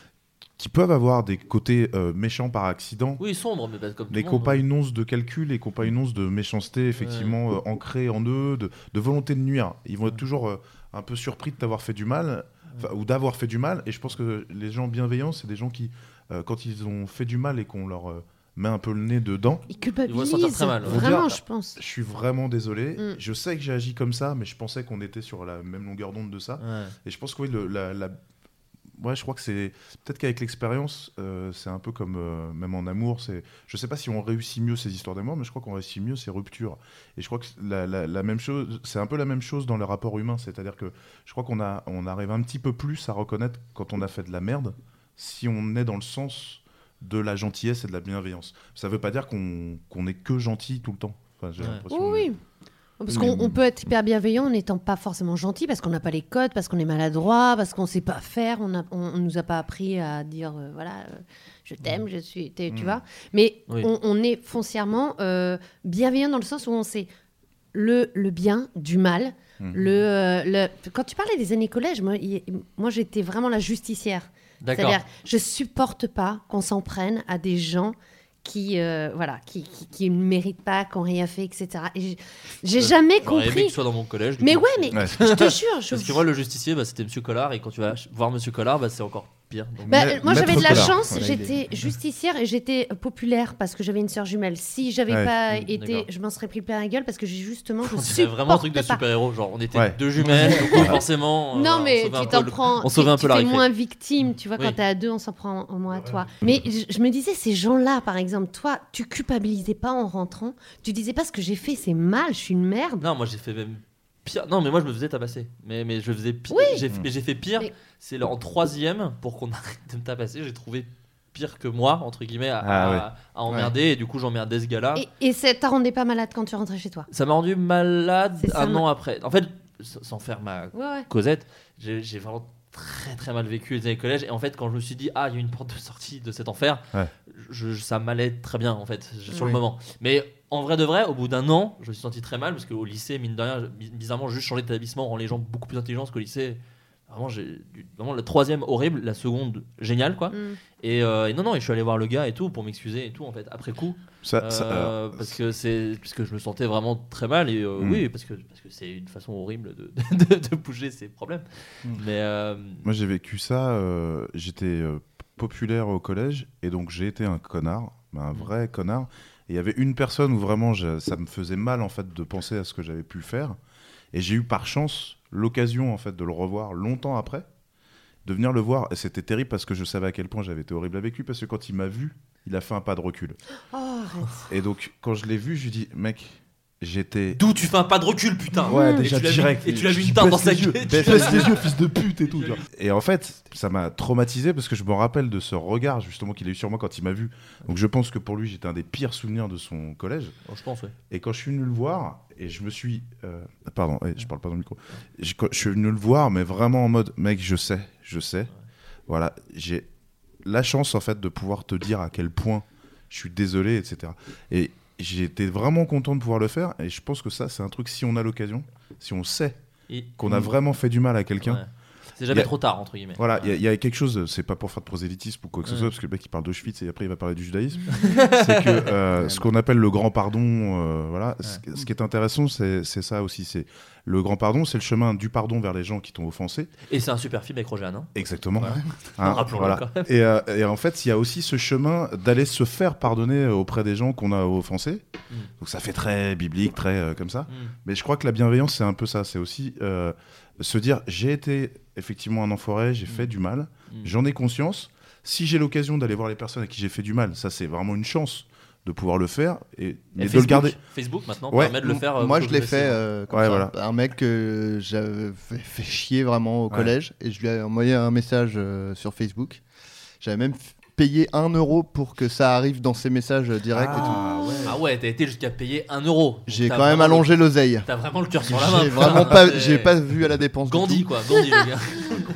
qui peuvent avoir des côtés euh, méchants par accident, Oui, sombre, mais pas comme tout mais le qui n'ont monde. pas une once de calcul et qui n'ont pas une once de méchanceté effectivement euh, ancrée en eux, de, de volonté de nuire. Ils vont être toujours euh, un peu surpris de t'avoir fait du mal, ou d'avoir fait du mal, et je pense que les gens bienveillants, c'est des gens qui, euh, quand ils ont fait du mal et qu'on leur euh, met un peu le nez dedans, Ils Ils vont se sentir culpabilisent. très mal, ouais. Vraiment, Dire, je pense. je suis vraiment désolé, Mm. je sais que j'ai agi comme ça, mais je pensais qu'on était sur la même longueur d'onde de ça, Ouais. et je pense que oui, le, la, la... Ouais, je crois que c'est peut-être qu'avec l'expérience, euh, c'est un peu comme euh, même en amour. C'est, je sais pas si on réussit mieux ces histoires d'amour, mais je crois qu'on réussit mieux ces ruptures. Et je crois que la, la, la même chose, c'est un peu la même chose dans le rapport humain. C'est-à-dire que je crois qu'on a, on arrive un petit peu plus à reconnaître quand on a fait de la merde, si on est dans le sens de la gentillesse et de la bienveillance. Ça veut pas dire qu'on qu'on est que gentil tout le temps. Enfin, j'ai Ouais. l'impression. Oui, oui. Parce Oui, qu'on mais- on peut être hyper bienveillant en n'étant pas forcément gentil, parce qu'on n'a pas les codes, parce qu'on est maladroit, parce qu'on ne sait pas faire, on ne on, on nous a pas appris à dire euh, voilà, euh, je t'aime, je suis. t'es- Tu Mm. vois. Mais Oui. on, on est foncièrement euh, bienveillant dans le sens où on sait le, le bien du mal. Mm. Le, euh, le... Quand tu parlais des années collège, moi, il- moi j'étais vraiment la justicière. D'accord. C'est-à-dire, je supporte pas qu'on s'en prenne à des gens qui, euh, voilà, qui, qui, qui ne méritent pas, qui n'ont rien fait, et cetera. Et j'ai- j'ai jamais J'aurais aimé compris. que tu sois dans mon collège. du Mais coup. ouais, mais Ouais. je te jure, je... Parce que moi, le justicier, bah, c'était Monsieur Collard, et quand tu vas ch- voir Monsieur Collard, bah, c'est encore pire. Donc, Bah, Ma- moi, j'avais de la Maître chance, Collard. Voilà, il j'étais justicière et j'étais populaire parce que j'avais une sœur jumelle. Si j'avais Ouais. pas Mmh, été, d'accord. je m'en serais pris plein la gueule parce que j'ai justement, je on supporte dirait vraiment un truc de pas. super-héros. Genre, on était Ouais. deux jumelles, du coup, forcément. euh, Non, voilà, on mais sauvait un tu peu t'en le- prends. On sauvait un tu peu la fais récré. moins victime, tu vois, Oui. quand t'es à deux, on s'en prend au moins à toi. Mais je, je me disais, ces gens-là, par exemple, toi, tu culpabilisais pas en rentrant. Tu disais pas ce que j'ai fait, c'est mal, je suis une merde. Non, moi j'ai fait même pire. Non, mais moi je me faisais tabasser. Mais, mais je faisais pire. Oui. J'ai, mais j'ai fait pire. Mais- C'est le- en troisième, pour qu'on arrête de me tabasser, j'ai trouvé pire que moi, entre guillemets, à, Ah à- ouais. à emmerder. Et du coup, j'emmerdais ce gars-là. Et, et ça t'a rendu pas malade quand tu rentrais chez toi. Ça m'a rendu malade C'est ça, un ma- an après. En fait, s- sans faire ma Ouais, ouais. Cosette, j'ai, j'ai vraiment très très mal vécu les années collège. Et en fait, quand je me suis dit, ah, il y a une porte de sortie de cet enfer, Ouais. je, ça m'allait très bien, en fait, je- sur Oui. le moment. Mais en vrai de vrai, au bout d'un an, je me suis senti très mal parce qu'au lycée, mine de rien, je- bizarrement, juste changer d'établissement rend les gens beaucoup plus intelligents qu'au lycée. Vraiment, j'ai vraiment la troisième horrible, la seconde géniale, quoi. Mm. Et, euh, et non, non, et je suis allé voir le gars et tout pour m'excuser et tout, en fait, après coup. Ça, ça, Euh, euh, parce que c'est parce que je me sentais vraiment très mal et euh, Mm. oui parce que parce que c'est une façon horrible de, de, de bouger ses problèmes. Mm. Mais euh, Moi, j'ai vécu ça. euh, J'étais euh, populaire au collège et donc j'ai été un connard, mais un vrai connard. Et il y avait une personne où vraiment je- ça me faisait mal en fait de penser à ce que j'avais pu faire. Et j'ai eu par chance l'occasion en fait de le revoir longtemps après, de venir le voir. Et c'était terrible parce que je savais à quel point j'avais été horrible avec lui parce que quand il m'a vu, il a fait un pas de recul. Oh, arrête. Et donc quand je l'ai vu, je lui dis mec, j'étais. d'où tu fais un pas de recul, putain. Ouais, Et déjà tu l'as vu- direct. et tu l'as vu Je une teinte dans baisse sa les yeux, gueule. Baisse les yeux, fils de pute et tout. tu vois. Et en fait, ça m'a traumatisé parce que je me rappelle de ce regard justement qu'il a eu sur moi quand il m'a vu. Donc je pense que pour lui, j'étais un des pires souvenirs de son collège. Oh, je pense, ouais. Et quand je suis venu le voir, et je me suis. euh, Pardon, ouais, je parle pas dans le micro. Je, quand je suis venu le voir, mais vraiment en mode, mec, je sais, je sais. Voilà, j'ai la chance en fait de pouvoir te dire à quel point je suis désolé, et cetera. Et j'ai été vraiment content de pouvoir le faire. Et je pense que ça, c'est un truc, si on a l'occasion, si on sait Et- qu'on a vraiment fait du mal à quelqu'un. Ouais. C'est jamais Il y a- trop tard, entre guillemets. Voilà, il y, a- il y a quelque chose, c'est pas pour faire de prosélytisme ou quoi que ce Ouais. soit, parce que le mec il parle d'Auschwitz et après il va parler du judaïsme. C'est que euh, ce qu'on appelle le grand pardon, euh, voilà, ce, ce qui est intéressant, c'est c'est ça aussi. C'est le grand pardon, c'est le chemin du pardon vers les gens qui t'ont offensé. Et c'est un super film avec Roger Hanin. Exactement. Voilà. Hein, Rappelons-le voilà. quand même. Et, euh, et en fait, il y a aussi ce chemin d'aller se faire pardonner auprès des gens qu'on a offensés. Mm. Donc ça fait très biblique, très euh, comme ça. Mm. Mais je crois que la bienveillance, c'est un peu ça. C'est aussi euh, se dire, j'ai été effectivement un enfoiré, j'ai fait du mal, Mm. j'en ai conscience. Si j'ai l'occasion d'aller voir les personnes à qui j'ai fait du mal, ça c'est vraiment une chance de pouvoir le faire et, Et mais de Facebook, le garder. Facebook maintenant Ouais. permet de le faire. euh, Moi, je l'ai progressivement. fait euh, comme Ouais, ça. voilà. Un mec que j'avais fait, fait chier vraiment au Ouais. collège et je lui ai envoyé un message euh, sur Facebook. J'avais même f- payé un euro pour que ça arrive dans ses messages euh, directs et tout. Ah, ouais. Ah ouais, t'as été jusqu'à payer un euro. J'ai T'as quand même vraiment allongé l'oseille. le- T'as vraiment le cœur sur la main. J'ai putain. vraiment pas, C'est j'ai pas vu à la dépense. du Gandhi, tout. quoi. Gandhi, le gars. Incroyable.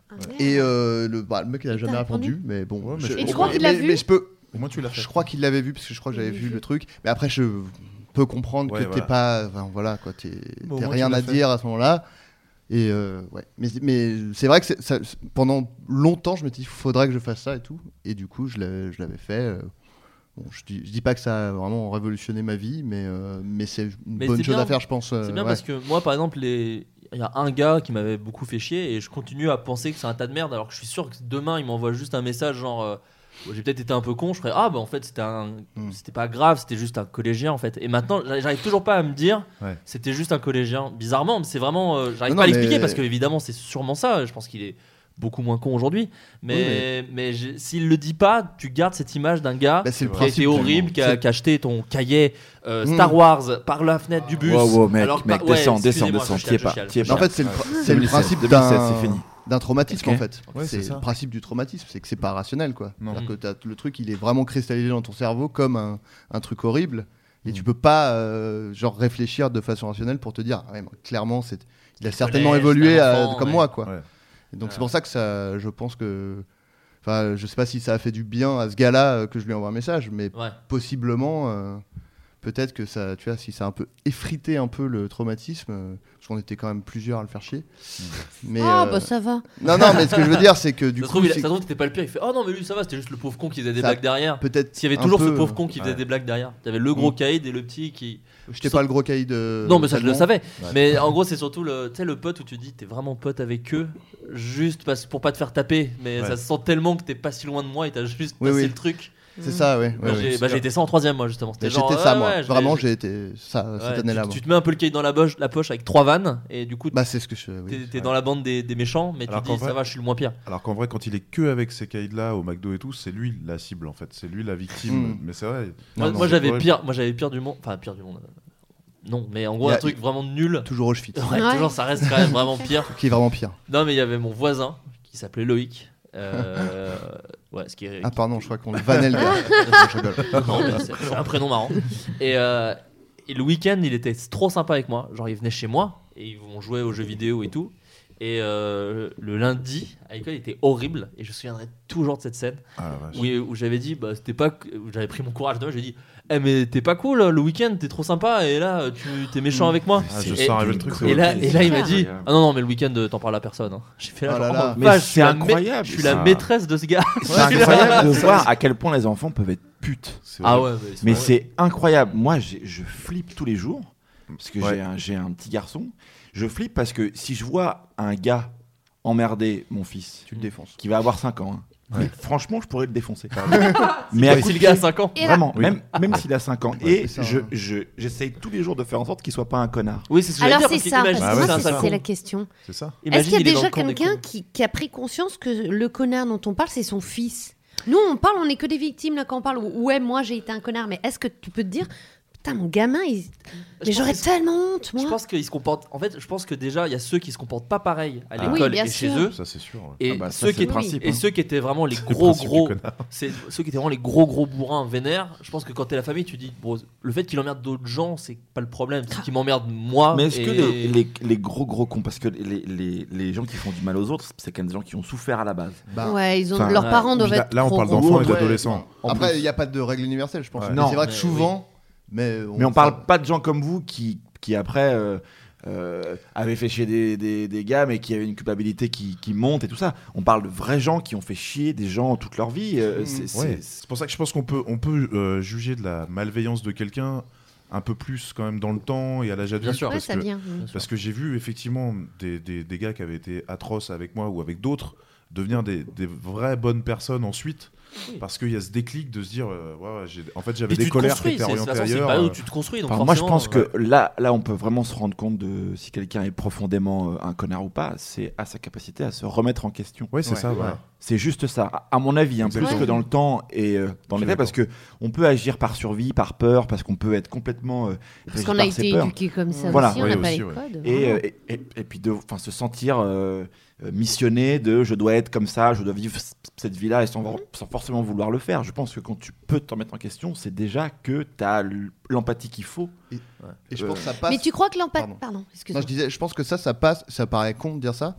Et euh, le, bah, le mec il a Il jamais t'a répondu, répondu mais bon. Ouais, mais je- je- Et tu mais- crois qu'il l'a mais- vu Mais je peux. Au moins, tu l'as fait. Je crois qu'il l'avait vu parce que je crois que j'avais vu le truc. Mais après, je peux comprendre Ouais, que voilà. t'es pas, enfin, voilà quoi, t'es Bon, au t'es moins, rien tu l'as à fait. dire à ce moment-là. Et euh, ouais, mais mais c'est vrai que c'est- ça, pendant longtemps, je me dis, il faudrait que je fasse ça et tout. Et du coup, je l'ai- je l'avais fait. euh, Bon, je dis, je dis pas que ça a vraiment révolutionné ma vie, mais euh, mais c'est une Mais bonne c'est chose bien. à faire, je pense. euh, C'est bien ouais. parce que moi, par exemple, les... il y a un gars qui m'avait beaucoup fait chier et je continue à penser que c'est un tas de merde alors que je suis sûr que demain il m'envoie juste un message genre euh, j'ai peut-être été un peu con, je ferais ah bah en fait c'était un Mm. c'était pas grave, c'était juste un collégien en fait. Et maintenant j'arrive toujours pas à me dire Ouais. c'était juste un collégien. Bizarrement, c'est vraiment euh, j'arrive Non, pas à non, l'expliquer mais- parce que évidemment c'est sûrement ça. Je pense qu'il est beaucoup moins con aujourd'hui. Mais, mais... j'ai- s'il le dit pas, tu gardes cette image d'un gars Bah, c'est le qui a principe, été horrible, tellement. qui a, C'est- qui a acheté ton cahier euh, Mm. Star Wars par la fenêtre du bus. Wow, wow, mec, alors que mec, par- ouais, descends, descends, excusez-moi, descends, je t'y es chiale, pas, je chiale. t'y es Mais en pas. fait, c'est le, Ouais. c'est le deux mille seize, principe deux mille seize, d'un c'est fini. d'un traumatisme Ok. en fait. Ouais, c'est c'est ça. le principe du traumatisme, c'est que c'est pas rationnel quoi. Non. C'est-à-dire que t'as- le truc il est vraiment cristallisé dans ton cerveau comme un, un truc horrible et tu peux pas euh, genre réfléchir de façon rationnelle pour te dire ah ouais, bon, clairement c'est il a certainement collège, évolué c'est un à- enfant, comme ouais. moi quoi. Ouais. Et donc Ouais. c'est pour ça que ça je pense que enfin je sais pas si ça a fait du bien à ce gars-là euh, que je lui envoie un message mais Ouais. possiblement euh, peut-être que ça tu vois si ça a un peu effrité un peu le traumatisme euh, parce qu'on était quand même plusieurs à le faire chier. Mais Ah, euh, bah ça va. non non mais ce que je veux dire c'est que du ça se coup trouve, il a- c'est- ça se trouve, t'étais pas le pire. Il fait oh non, mais lui ça va, c'était juste le pauvre con qui faisait des Ça- blagues derrière. peut-être S'il y avait un toujours ce peu, pauvre con qui faisait ouais. des blagues derrière. T'avais le gros Mm. caïd et le petit qui. j'étais pas le gros caïd de Non, mais ça je le tellement. savais. Mais en gros, c'est surtout le, tu sais, le pote où tu dis t'es vraiment pote avec eux, juste parce, pour pas te faire taper. Mais Ouais. ça se sent tellement que t'es pas si loin de moi et t'as juste Oui, passé oui. le truc. C'est ça, ouais. Moi, ouais, j'ai ouais. bah, j'ai été ça en troisième, moi, justement. C'était Mais genre, j'étais ça, ouais, moi. ouais, je Vraiment, l'ai- j'ai été ça ouais, cette année-là. tu, moi. tu te mets un peu le cahier dans la, boche, la poche avec trois vannes, et du coup, Bah, c'est ce que je. t'es Oui. t'es dans la bande des, des méchants, mais Alors tu qu'en dis, ça vrai- va, je suis le moins pire. Alors qu'en vrai, quand il est que avec ces caïds-là au McDo et tout, c'est lui la cible en fait. C'est lui la victime. Mm. Mais c'est vrai. Moi, Non, non, moi, c'est j'avais horrible. pire, moi j'avais pire du monde. Enfin, pire du monde. euh, Non, mais en gros, Il y a- un truc vraiment nul. Toujours Auschwitz. Ouais, Ouais. toujours, ça reste quand même vraiment pire. Qui est vraiment pire. Non, mais il y avait mon voisin qui s'appelait Loïc. Euh, ouais, ce qui est. Ah, pardon, je crois qu'on le vannait le gars. Je rigole. Non, mais c'est c'est un prénom marrant. Et, euh, et le week-end, il était trop sympa avec moi. Genre, il venait chez moi et ils vont jouer aux jeux vidéo et tout. Et euh, le lundi, à l'école, il était horrible. Et je me souviendrai toujours de cette scène Ah, la vache. où, où j'avais dit, bah, c'était pas, où j'avais pris mon courage de moi. J'ai dit, eh, mais t'es pas cool le week-end, t'es trop sympa. Et là, tu t'es méchant avec moi. Ah, je Et- sens arriver le truc. c'est Et là, horrible. et là, il m'a clair. dit, ah non, non, mais le week-end, t'en parles à personne. hein. J'ai fait là, Oh là genre, là. oh, Mais vache, je c'est suis la mé- incroyable, Je suis la ça. maîtresse de ce gars. C'est incroyable de voir à quel point les enfants peuvent être putes. C'est Ah horrible. ouais, Mais vrai. c'est incroyable. Moi, j'ai- je flippe tous les jours parce que Ouais. j'ai un, j'ai un petit garçon. Je flippe parce que si je vois un gars emmerder mon fils, Tu le défonces. qui va avoir cinq ans, hein, Ouais. mais franchement, je pourrais le défoncer. Mais à si coup le de gars a pied. cinq ans. Et Vraiment, Oui. même, même s'il a cinq ans. Ouais, Et c'est ça, je, hein. je, j'essaye tous les jours de faire en sorte qu'il soit pas un connard. Oui, c'est ce que j'allais Alors dire. c'est parce ça, qu'imagine, parce Ah que ouais, moi c'est c'est ça. c'est la question. C'est ça. Est-ce imagine, qu'il y a il est dans déjà le camp des quelqu'un cons. qui, qui a pris conscience que le connard dont on parle, c'est son fils? Nous, on parle, on est que des victimes là quand on parle. Ouais, moi j'ai été un connard, mais est-ce que tu peux te dire, putain, mon gamin, il... mais Je j'aurais pense- tellement honte, moi. Je pense qu'ils se comportent. En fait, je pense que déjà, il y a ceux qui se comportent pas pareil à Ah. l'école Oui, bien et chez sûr. eux. Ça, c'est sûr. ouais. Et, Ah bah, ça, ceux c'est qui le étaient, principe, et hein. ceux qui étaient vraiment les Le gros principe du gros, connard. c'est ceux qui étaient vraiment les gros gros bourrins vénères. Je pense que quand t'es la famille, tu dis bon, le fait qu'il emmerde d'autres gens, c'est pas le problème. C'est qu'il m'emmerde moi. Mais est-ce et- que les, les, les gros gros cons, parce que les, les, les gens qui font du mal aux autres, c'est quand même des gens qui ont souffert à la base. Bah, Ouais, ils ont... Enfin, leurs ouais. parents doivent Là- être là, on trop parle gros. d'enfants et Ouais, d'adolescents. non. En Après, plus. il n'y a pas de règle universelle, je pense. Ouais. Mais Non, c'est vrai que mais souvent. Mais on, Mais on ça- parle pas de gens comme vous qui, qui après euh, euh, avaient fait chier des, des, des gars, mais qui avaient une culpabilité qui, qui monte et tout ça. On parle de vrais gens qui ont fait chier des gens toute leur vie. euh, Mmh. c'est- c'est- Ouais. C'est pour ça que je pense qu'on peut, on peut euh, juger de la malveillance de quelqu'un un peu plus quand même dans le temps et à l'âge adulte. sûr. Ouais, parce ça que, vient. parce que j'ai vu effectivement des, des, des gars qui avaient été atroces avec moi ou avec d'autres devenir des, des vraies bonnes personnes ensuite. Oui. Parce qu'il y a ce déclic de se dire, euh, ouais, ouais, j'ai- en fait j'avais Puis des tu te colères qui construis. étaient C'est de toute orientées façon, c'est une ailleurs. période où euh, tu te construis. Donc Enfin, moi, je forcément, pense que là, là, on peut vraiment se rendre compte de si quelqu'un est profondément euh, un connard ou pas. C'est à sa capacité à se remettre en question. Ouais, c'est Ouais, ça. ouais. Voilà. C'est juste ça, à à mon avis, hein, plus Exactement. que dans le temps et euh, dans Je les suis faits, parce que on peut agir par survie, par peur, parce qu'on peut être complètement. euh, Parce régi qu'on a par ses été peurs. éduqués comme ça Voilà. aussi, on Oui, n'a pas aussi, les ouais. codes. Et, vraiment. euh, et, et- et puis de enfin, se sentir euh, euh, missionné de je dois être comme ça, je dois vivre c- cette vie-là et sans, sans forcément vouloir le faire. Je pense que quand tu peux te remettre en question, c'est déjà que tu as l'empathie qu'il faut. Et je Euh, pense que ça passe. Mais tu crois que l'empathie... Pardon. Pardon, Non, excuse-moi. je disais, je pense que ça, ça passe. Ça paraît con de dire ça,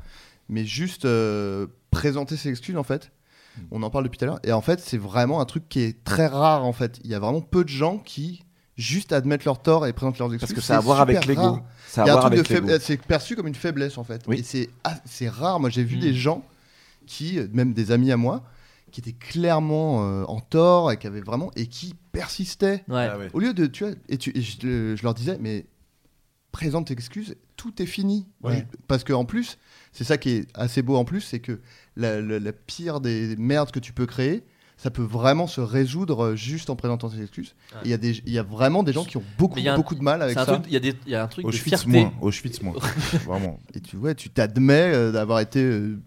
mais juste euh, présenter ses excuses en fait. On en parle depuis tout à l'heure. Et en fait, c'est vraiment un truc qui est très rare en fait. Il y a vraiment peu de gens qui juste admettent leur tort et présentent leurs excuses. Parce que ça a à voir avec l'ego. Ça a à voir avec l'ego. C'est perçu comme une faiblesse en fait. Oui. Et c'est, ah, c'est rare. Moi, j'ai vu mmh. des gens qui, même des amis à moi, qui étaient clairement euh, en tort et qui avaient vraiment et qui persistaient. Ouais. Ah ouais. Au lieu de, tu vois, et, tu, et je, je leur disais, mais présente tes excuses, tout est fini. Ouais. Parce que en plus, c'est ça qui est assez beau en plus, c'est que la, la, la pire des merdes que tu peux créer, ça peut vraiment se résoudre juste en présentant tes excuses. Ouais. Il y a des, il y a vraiment des gens qui ont beaucoup, un, beaucoup de mal avec un ça. Il y, y a un truc de Auschwitz fierté. moins, Auschwitz moins, vraiment. Et tu, ouais, tu t'admets euh, d'avoir été euh,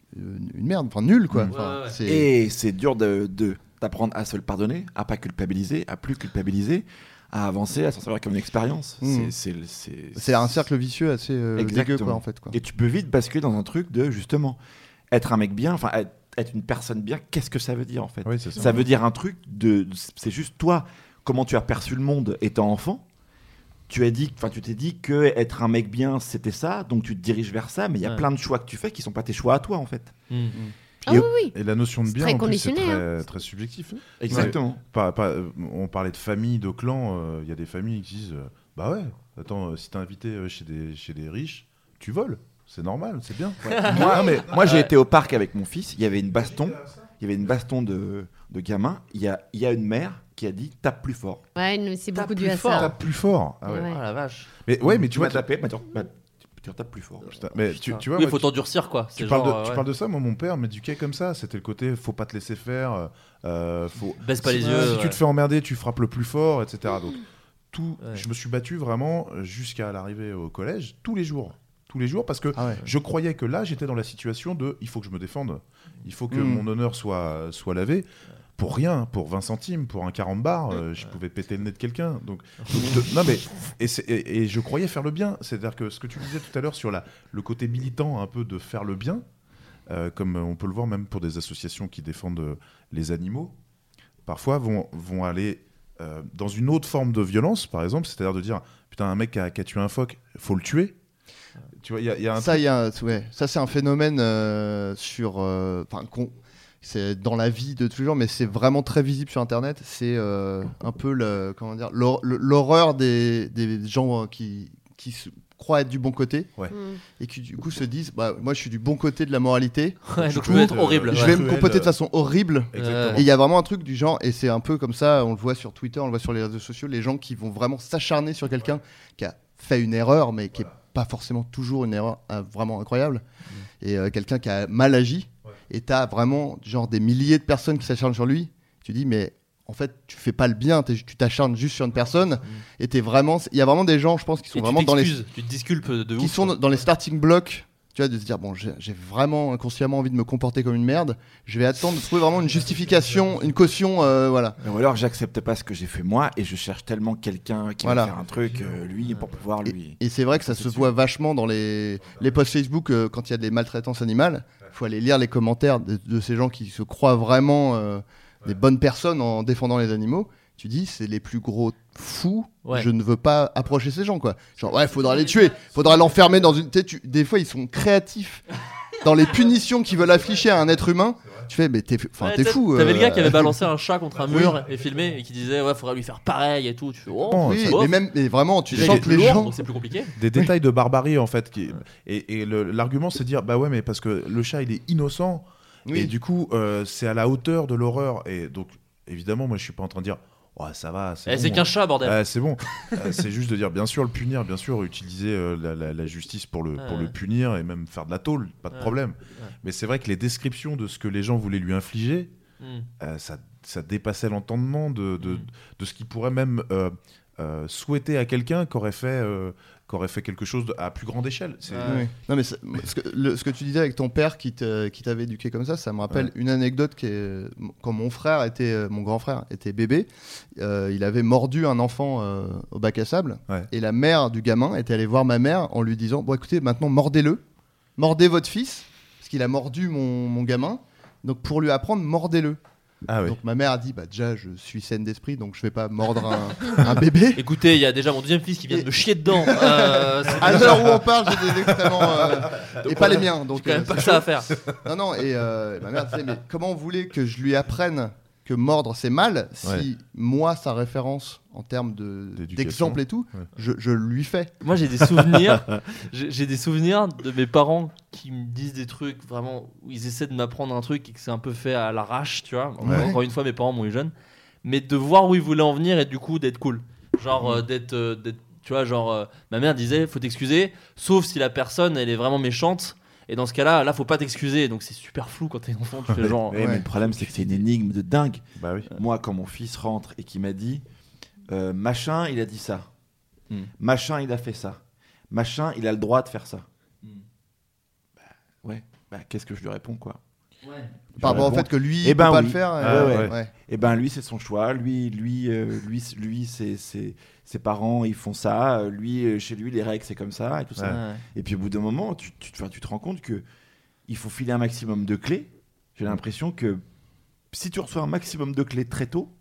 une merde, enfin nul quoi. Ouais, Enfin, ouais, ouais. c'est... Et c'est dur de, de, d'apprendre à se le pardonner, à pas culpabiliser, à plus culpabiliser, à avancer, à s'en servir comme une expérience. Mmh. C'est, c'est, c'est, c'est un cercle vicieux assez euh, dégueu quoi en fait. Quoi. Et tu peux vite basculer dans un truc de justement être un mec bien, enfin être, être une personne bien. Qu'est-ce que ça veut dire en fait? Oui, c'est ça. Ça veut dire un truc de, c'est juste toi, comment tu as perçu le monde étant enfant. Tu as dit, enfin tu t'es dit que être un mec bien c'était ça, donc tu te diriges vers ça, mais il y a Ouais. plein de choix que tu fais qui sont pas tes choix à toi en fait. Mmh. Ah Et- oui, oui. Et la notion de C'est bien, très en plus, c'est conditionné, très, très subjectif. Exactement. Pas- pas- euh, on parlait de famille, de clan. Il y a des familles qui disent euh, bah ouais, attends, euh, si t'es invité euh, chez des, chez des riches, tu voles. C'est normal, c'est bien. Moi, Non, mais moi j'ai Ouais. été au parc avec mon fils, il y avait une baston, il y avait une baston de, de gamins, il y a, il y a une mère qui a dit tape plus fort. Ouais, mais c'est Tape beaucoup plus dû à fort. ça. tape plus fort. Ah ouais. Ouais. Ah la vache. Mais ouais, mais tu tu vois, vas taper, bah, tu, bah, tu retapes plus fort. putain, mais tu, tu vois, Oui, moi, faut tu- t'endurcir quoi. Tu C'est parles, genre, de, tu ouais. parles de ça, moi mon père m'éduquait comme ça, c'était le côté faut pas te laisser faire, euh, faut... Baisse pas si, les si yeux, tu ouais. te fais emmerder, tu frappes le plus fort, et cetera. Donc tout, Ouais. je me suis battu vraiment jusqu'à l'arrivée au collège, tous les jours. Tous les jours, parce que Ah ouais. je croyais que là j'étais dans la situation de il faut que je me défende, il faut que Mm. mon honneur soit, soit lavé. Pour rien, pour vingt centimes, pour un carambar, euh, je pouvais péter le nez de quelqu'un. Donc, donc, de- non mais et, c'est- et- et je croyais faire le bien. C'est-à-dire que ce que tu disais tout à l'heure sur la, le côté militant un peu de faire le bien, euh, comme on peut le voir même pour des associations qui défendent euh, les animaux, parfois vont, vont aller euh, dans une autre forme de violence, par exemple, c'est-à-dire de dire putain un mec qui a, qui a tué un phoque, faut le tuer. Tu vois, il y, a- il y a un Ça, il y a, un- ouais, ça c'est un phénomène euh, sur, euh, enfin, qu'on- c'est dans la vie de tous les jours, mais c'est vraiment très visible sur Internet. C'est euh, un peu le, comment dire, l'hor- l'horreur des, des gens euh, qui, qui se croient être du bon côté Mm. et qui du coup se disent, bah, moi je suis du bon côté de la moralité. Ouais, Du donc je coup, peux être euh, horrible. Je ouais. vais me Cruel, comporter de euh, façon horrible. Exactement. Et il y a vraiment un truc du genre, et c'est un peu comme ça, on le voit sur Twitter, on le voit sur les réseaux sociaux, les gens qui vont vraiment s'acharner sur quelqu'un qui a fait une erreur, mais qui est pas forcément toujours une erreur euh, vraiment incroyable, et euh, quelqu'un qui a mal agi, et t'as vraiment genre des milliers de personnes qui s'acharnent sur lui. Tu dis, mais en fait, tu fais pas le bien, t'es- tu t'acharnes juste sur une personne, et t'es vraiment, il y a vraiment des gens, je pense, qui sont Et vraiment tu dans les, t'excuses, tu te disculpes de qui ouf. sont quoi. dans les starting blocks, tu vois, de se dire bon, j'ai j'ai vraiment inconsciemment envie de me comporter comme une merde. Je vais attendre de trouver vraiment une justification, une caution, euh, voilà. Ou alors j'accepte pas ce que j'ai fait moi et je cherche tellement quelqu'un qui Voilà. va faire un truc, euh, lui, pour pouvoir lui. Et c'est vrai que ça se voit vachement dans les, les posts Facebook euh, quand il y a des maltraitances animales. Il faut aller lire les commentaires de, de ces gens qui se croient vraiment euh, des bonnes personnes en défendant les animaux. Tu dis, c'est les plus gros fous. Ouais. Je ne veux pas approcher ces gens, quoi. Genre, ouais, faudra les tuer, faudra l'enfermer dans une. Tu sais, tu- Des fois, ils sont créatifs dans les punitions qu'ils veulent afficher à un être humain. Tu fais, mais t'es, enfin, Ouais, t'es t'as- fou. T'avais euh, le gars qui avait balancé un chat contre un Oui. mur et filmé et qui disait ouais faudrait lui faire pareil et tout. Tu fais oh, Oui, c'est bof. mais même, mais vraiment, tu Déjà, sens il est que plus les lourd, gens. donc c'est plus compliqué. Des détails de barbarie en fait qui... et, et le- l'argument c'est de dire bah ouais mais parce que le chat il est innocent Oui. et du coup euh, c'est à la hauteur de l'horreur et donc évidemment moi je suis pas en train de dire ouais ça va c'est Eh, bon. c'est qu'un chat bordel. Euh, c'est bon. Euh, c'est juste de dire bien sûr le punir bien sûr utiliser euh, la, la- la justice pour le, Ouais, pour ouais. le punir et même faire de la tôle pas de Ouais. problème mais c'est vrai que les descriptions de ce que les gens voulaient lui infliger Hmm. euh, ça, ça dépassait l'entendement de, de, Mm. de ce qu'il pourrait même euh, euh, souhaiter à quelqu'un qui aurait fait, euh, qui aurait fait quelque chose de- à plus grande échelle. C'est- Ouais. Oui. Non mais c'est- ce que, le- ce que tu disais avec ton père qui te- qui t'avait éduqué comme ça, ça me rappelle Ouais. une anecdote qui est quand mon frère était, euh, mon grand frère était bébé, euh, il avait mordu un enfant euh, au bac à sable Ouais. et la mère du gamin était allée voir ma mère en lui disant bon écoutez maintenant mordez-le, mordez votre fils parce qu'il a mordu mon, mon gamin, donc pour lui apprendre mordez-le. Ah oui. Donc ma mère a dit bah déjà je suis saine d'esprit donc je vais pas mordre un, un bébé. Écoutez, il y a déjà mon deuxième fils qui vient de me chier dedans. Euh, c'est À déjà- l'heure où on parle, j'ai des excréments euh, et pas les miens. Donc J'ai quand même euh, pas que c'est ça à chaud. faire. Non non et euh, ma mère disait mais comment on voulait que je lui apprenne que mordre c'est mal si Ouais. moi sa référence en termes de D'éducation. d'exemple et tout, Ouais. je, je lui fais. Moi, j'ai des souvenirs. j'ai j'ai des souvenirs de mes parents qui me disent des trucs vraiment où ils essaient de m'apprendre un truc et que c'est un peu fait à l'arrache, tu vois. Ouais. Encore une fois, mes parents m'ont eu jeune, mais de voir où ils voulaient en venir et du coup d'être cool. Genre euh, d'être, euh, d'être- tu vois, genre euh, ma mère disait faut t'excuser, sauf si la personne elle est vraiment méchante. Et dans ce cas-là, là, faut pas t'excuser. Donc c'est super flou quand t'es enfant. Tu fais genre. Ouais, mais le problème, c'est que c'est une énigme de dingue. Bah oui. Moi, quand mon fils rentre et qu'il m'a dit euh, machin, il a dit ça. Hmm. Machin, il a fait ça. Machin, il a le droit de faire ça. Hmm. Bah, ouais. Bah, qu'est-ce que je lui réponds, quoi? Par rapport au réponds- fait que lui Eh il ben peut pas oui. le faire. Ah, euh, ouais, ouais. Eh ben, lui, c'est son choix. Lui, lui, euh, lui, lui, c'est, c'est- ses parents, ils font ça. Euh, Lui, euh, chez lui, les règles, c'est comme ça et tout ça. Ouais. Et puis, au bout d'un moment, tu, tu, enfin, tu te rends compte que il faut filer un maximum de clés. J'ai l'impression que si tu reçois un maximum de clés très tôt,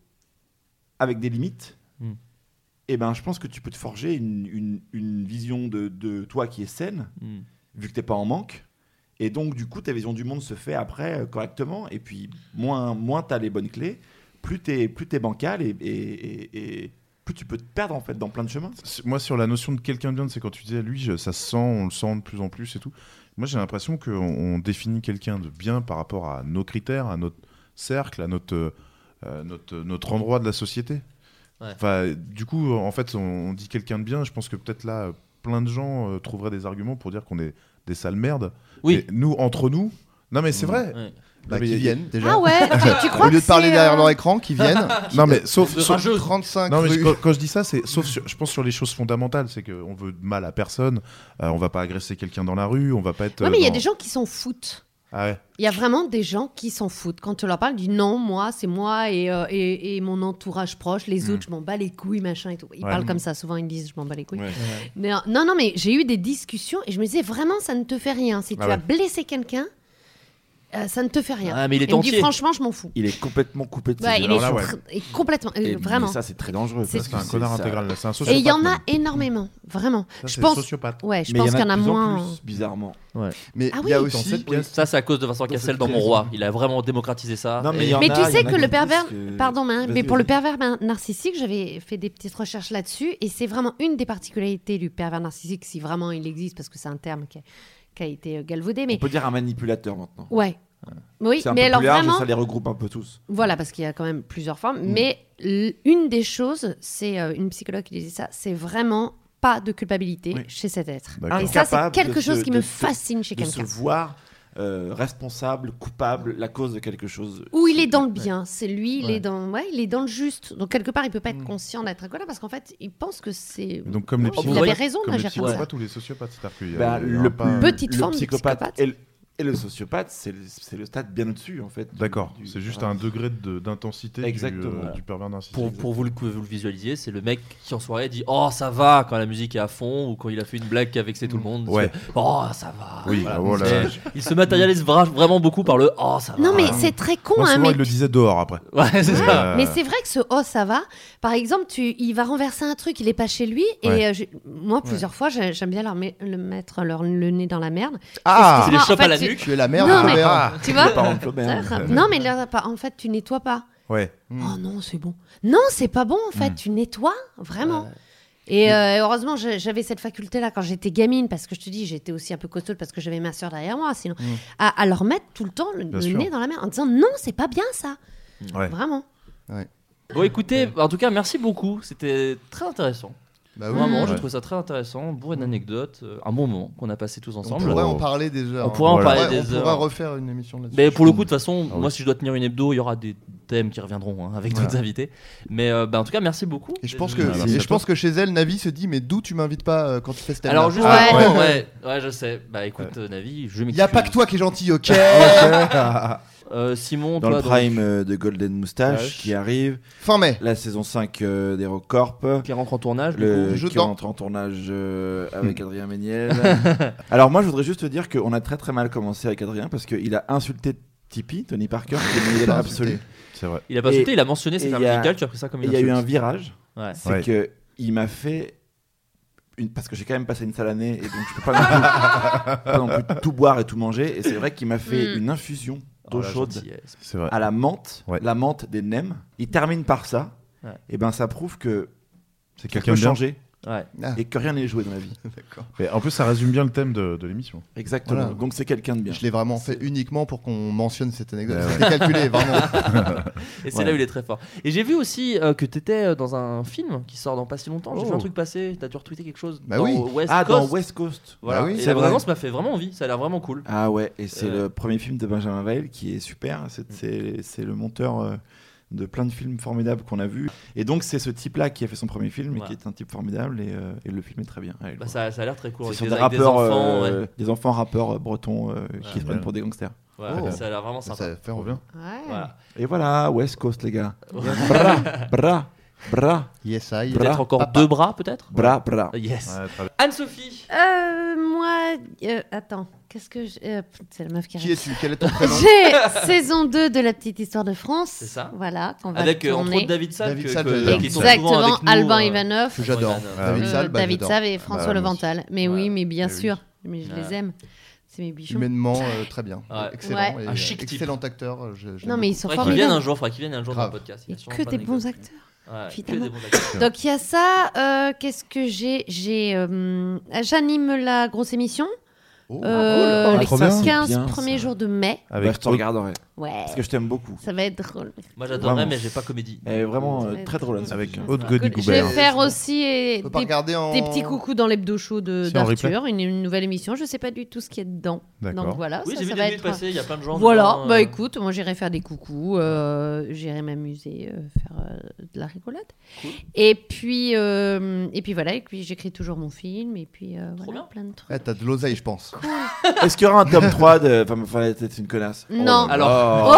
avec des limites, Mm. eh ben, je pense que tu peux te forger une, une, une vision de, de toi qui est saine, Hmm. vu que t'es pas en manque. Et donc, du coup, ta vision du monde se fait après euh, correctement. Et puis, moins, moins tu as les bonnes clés, plus tu es plus t'es bancal et, et, et, et plus tu peux te perdre en fait dans plein de chemins. Moi, sur la notion de quelqu'un de bien, c'est quand tu disais, lui, je- ça se sent, on le sent de plus en plus et tout. Moi, j'ai l'impression qu'on on définit quelqu'un de bien par rapport à nos critères, à notre cercle, à notre, euh, notre, notre endroit de la société. Ouais. Enfin, du coup, en fait, on, on dit quelqu'un de bien. Je pense que peut-être là, euh, plein de gens euh, trouveraient des arguments pour dire qu'on est des sales merdes. Oui. Et nous, entre nous, non, mais c'est vrai. Ouais. Bah, mais qui y a- viennent déjà. Ah ouais, tu, tu crois Au lieu que de parler c'est, derrière euh, leur écran, qui viennent. Non, mais sauf, De sauf- rageux. trente-cinq Non, mais rues. quand, quand je dis ça, c'est sauf sur, je pense sur les choses fondamentales, c'est qu'on veut de mal à personne, euh, on va pas agresser quelqu'un dans la rue, on va pas être. Non, mais il y a dans- des gens qui s'en foutent. Ah ouais. Il y a vraiment des gens qui s'en foutent. Quand tu leur parles, du non, moi, c'est moi et, euh, et, et mon entourage proche, les autres, je m'en bats les couilles, machin et tout. Ils Ouais. parlent comme ça, souvent ils disent je m'en bats les couilles. Ouais. Mais, euh, non, non, mais j'ai eu des discussions et je me disais vraiment, ça ne te fait rien. Si tu Ah ouais. as blessé quelqu'un, euh, ça ne te fait rien. Ah, mais il est Et me dit entier. franchement, je m'en fous. Il est complètement coupé de ses Ouais, il idées. est Alors là, sur- et complètement, euh, Et- vraiment. mais ça, c'est très dangereux. C'est- parce C'est que un connard ça- intégral, là. C'est un Et sociopathe. il y en a même. énormément, vraiment. Ça, je c'est pense. sociopathe. Ouais, je Mais pense il y qu'il y en a de plus en moins. plus, bizarrement. Mais Ah il y a oui, aussi. cette pièce. Ça, c'est à cause de Vincent Dans Cassel cette dans Mon pièce. Roi. Il a vraiment démocratisé ça. Non, mais Et- il y en Mais a- tu il y sais en a que qui le disent pervers, que- pardon, hein, Vas-y, mais pour le vas-y. pervers nar- narcissique, j'avais fait des petites recherches là-dessus et c'est vraiment une des particularités du pervers narcissique, si vraiment il existe, parce que c'est un terme qui a, qui a été euh, galvaudé. On Mais peut dire un manipulateur maintenant. ouais, oui, C'est un mais peu alors plus large et vraiment, ça les regroupe un peu tous. voilà, parce qu'il y a quand même plusieurs formes. Mm. Mais l- une des choses, c'est euh, une psychologue qui disait ça, c'est vraiment pas de culpabilité Oui. chez cet être. D'accord. Et ça, c'est Incapable quelque de chose se- qui de me se- fascine chez De se quelqu'un. voir euh, responsable, coupable, la cause de quelque chose. Où il est dans le Ouais. bien, c'est lui, il Ouais. est dans, ouais, il est dans le juste. Donc quelque part, il peut pas être Mm. conscient d'être alcoolique parce qu'en fait, il pense que c'est. Donc, comme les Oh, vous psychopathes, avez raison comme les d'agir comme ça. psychopathes ou les sociopathes, c'est-à-dire qu'il y a- Bah, il y aura le pas- Petite le forme de psychopathe psychopathe. Et, le, et le sociopathe, c'est le, c'est le stade bien au-dessus en fait. du- D'accord, du- c'est juste voilà. un degré de- d'intensité du, Exactement. euh, du pervers narcissique. Pour, pour vous, le, que vous le visualisiez, c'est le mec qui en soirée dit oh ça va quand la musique est à fond ou quand il a fait une blague qui a vexé tout le monde. il Ouais. fait, oh ça va. Oui, ah, voilà. Et il se matérialise vra- vraiment beaucoup par le oh ça va. Non, mais c'est très con, Moi, hein, souvent, mais il le disait dehors après. Ouais, c'est ça. Euh, Mais c'est vrai que ce oh ça va. Par exemple, tu, il va renverser un truc, il est pas chez lui. Et Ouais. euh, j'ai- moi, plusieurs fois, j'ai- j'aime bien leur met- le mettre leur, le nez dans la merde. Ah, Tu les Moi, en chopes fait, à la tu- nuque. tu es la merde. Non, mais- Robert. Tu vois Parents de Flaubert. Non, mais là, pas- en fait, tu nettoies pas. Ouais. Mm. Oh non, c'est bon. Non, c'est pas bon en fait. Mm. Tu nettoies vraiment. Et euh, heureusement, j'ai- j'avais cette faculté-là quand j'étais gamine, parce que je te dis, j'étais aussi un peu costaud parce que j'avais ma soeur derrière moi, sinon, Mm. à, à leur mettre tout le temps le, Bien le sûr. nez dans la mer en disant non, c'est pas bien ça. Ouais. Vraiment. Bon écoutez, en tout cas merci beaucoup, c'était très intéressant. Bah oui. Vraiment, j'ai Ouais. trouvé ça très intéressant, bourré d'anecdotes, euh, un bon moment qu'on a passé tous On ensemble. pourrait en Oh. parler des heures. On hein. pourrait en On parler pourrait- des On pourra heures. refaire une émission là-dessus. Mais pour le coup, de toute façon, Ah oui. moi, si je dois tenir une hebdo, il y aura des thèmes qui reviendront hein, avec Voilà. d'autres invités. Mais euh, bah, en tout cas, merci beaucoup. Et je pense que, d'être Ah, venu. merci et à je toi. pense que chez elle, Navi se dit mais d'où tu m'invites pas euh, quand tu fais ce thème Alors justement, Ouais. ouais. ouais, ouais, je sais. Bah écoute, euh, Navi, je Il m'excuse. y a pas que toi qui est gentil, ok. Euh, Simon, Dans toi, le donc, prime euh, de Golden Moustache Moustache. qui arrive, Fin mai. la saison cinq euh, d'HeroCorp, qui rentre en tournage. du le, coup. jeu qui dedans. rentre en tournage euh, avec Adrien Méniel. Alors moi je voudrais juste te dire qu'on a très très mal commencé avec Adrien parce qu'il a insulté Tipeee, Tony Parker, qui est mon idole absolu. C'est vrai. Il a pas Et- sauté, il a mentionné ses et termes il y a- musicales, tu as pris ça comme Et une il y a eu un insulte. virage, Ouais. c'est Ouais. que il m'a fait une... parce que j'ai quand même passé une sale année et donc je peux pas non plus, pas non plus tout boire et tout manger. Et c'est vrai qu'il m'a fait Mm. une infusion Oh, d'eau la chaude gentillesse. C'est vrai. à la menthe, Ouais. la menthe des nems. Il termine par ça. Ouais. Et ben ça prouve que C'est ça quelqu'un peut de bien. changer Ouais. Ah, et que rien n'est joué dans la vie. d'accord. Mais en plus, ça résume bien le thème de, de l'émission. Exactement. Voilà. Donc c'est quelqu'un de bien. Je l'ai vraiment fait uniquement pour qu'on mentionne cette anecdote. Ouais, ouais. C'était calculé, vraiment. Et c'est Ouais. là où il est très fort. Et j'ai vu aussi euh, que tu étais dans un film qui sort dans pas si longtemps. J'ai Oh. vu un truc passer. T'as dû retweeter quelque chose. Bah dans oui. West Ah, Coast. dans West Coast. Voilà. Bah oui, et c'est la vrai. bande-annonce m'a fait vraiment envie. Ça a l'air vraiment cool. Ah ouais, et c'est Euh. le premier film de Benjamin Veil qui est super. C'est, c'est, c'est le monteur euh, de plein de films formidables qu'on a vus. Et donc c'est ce type-là qui a fait son premier film et Ouais. qui est un type formidable et, euh, et le film est très bien. Allez, le Bah, voir. ça, ça a l'air très cool. Ce Avec sont des, des avec des rappeurs, enfants. euh, ouais. des enfants rappeurs euh, bretons euh, qui se bien. prennent pour des gangsters. Ouais, Oh. Ça a l'air vraiment Ça sympa. va faire bien. Ouais. Voilà. Et voilà, West Coast les gars. Bra, bra, bra, Yes, I. Peut-être encore Papa. deux bras, peut-être. bra, bra. Yes. Ouais, très bien. Anne-Sophie. Euh, moi, euh, attends, qu'est-ce que je... euh, c'est la meuf qui Qui arrive. es-tu? Quel est ton prénom? J'ai saison deux de La Petite Histoire de France. C'est ça. Voilà, qu'on va Avec euh, entre tourner. autres David Salle. David que- Salle, que- j'adore. qui sont souvent Exactement, avec nous, Alban euh, Ivanov, Que j'adore. Ivanov. Ah, David euh, Salle, bah, David j'adore. Sav et François Bah, moi Levental. Mais Ouais. oui, mais bien Eh oui. sûr, mais je Ouais. les aime. C'est mes bichons. Humainement, euh, très bien. Ouais. Excellent. Ouais. et, Un chic euh, type. excellent acteur. euh, je- je Non, l'aime mais ils beaucoup. sont Faudrait qu'il vienne un formidables. jour, faudrait qu'il vienne un jour dans le Grave. podcast. Il y n'y a a sûrement que plein des bons d'anecdotes. acteurs. Ouais, que évidemment. des bons acteurs. Donc il y a ça. euh, Qu'est-ce que j'ai J'ai euh, j'anime la grosse émission. Oh, euh, Ah, les trop bien. quinze Bien, premiers ça. jours de mai. Avec Bah, je te Aude- regarderai Ouais. parce que je t'aime beaucoup. Ça va être drôle. Moi j'adorerais, Vraiment. mais j'ai pas comédie. Elle est vraiment Ça euh, va être très drôle. drôle. avec Anne-Sophie. Aude Je vais Godi-Goubert. faire aussi euh, On peut pas des, regarder en... des petits coucous dans l'hebdo-show de- C'est en d'Arthur, une, une nouvelle émission. Je sais pas du tout ce qu'il y a dedans. D'accord. Donc voilà, Oui, ça, j'ai vu ça des va minutes être. passer, il y a plein de gens. Voilà, dedans, bah euh, écoute, moi j'irai faire des coucous, euh, j'irai m'amuser, euh, faire euh, de la rigolade. Cool. Et puis, euh, et puis voilà, et puis j'écris toujours mon film, et puis euh, voilà, bien. plein de trucs. Ouais, t'as de l'oseille, je pense. Est-ce qu'il y aura un tome trois de Femme Fallait être une connasse? Non. là Alors, là.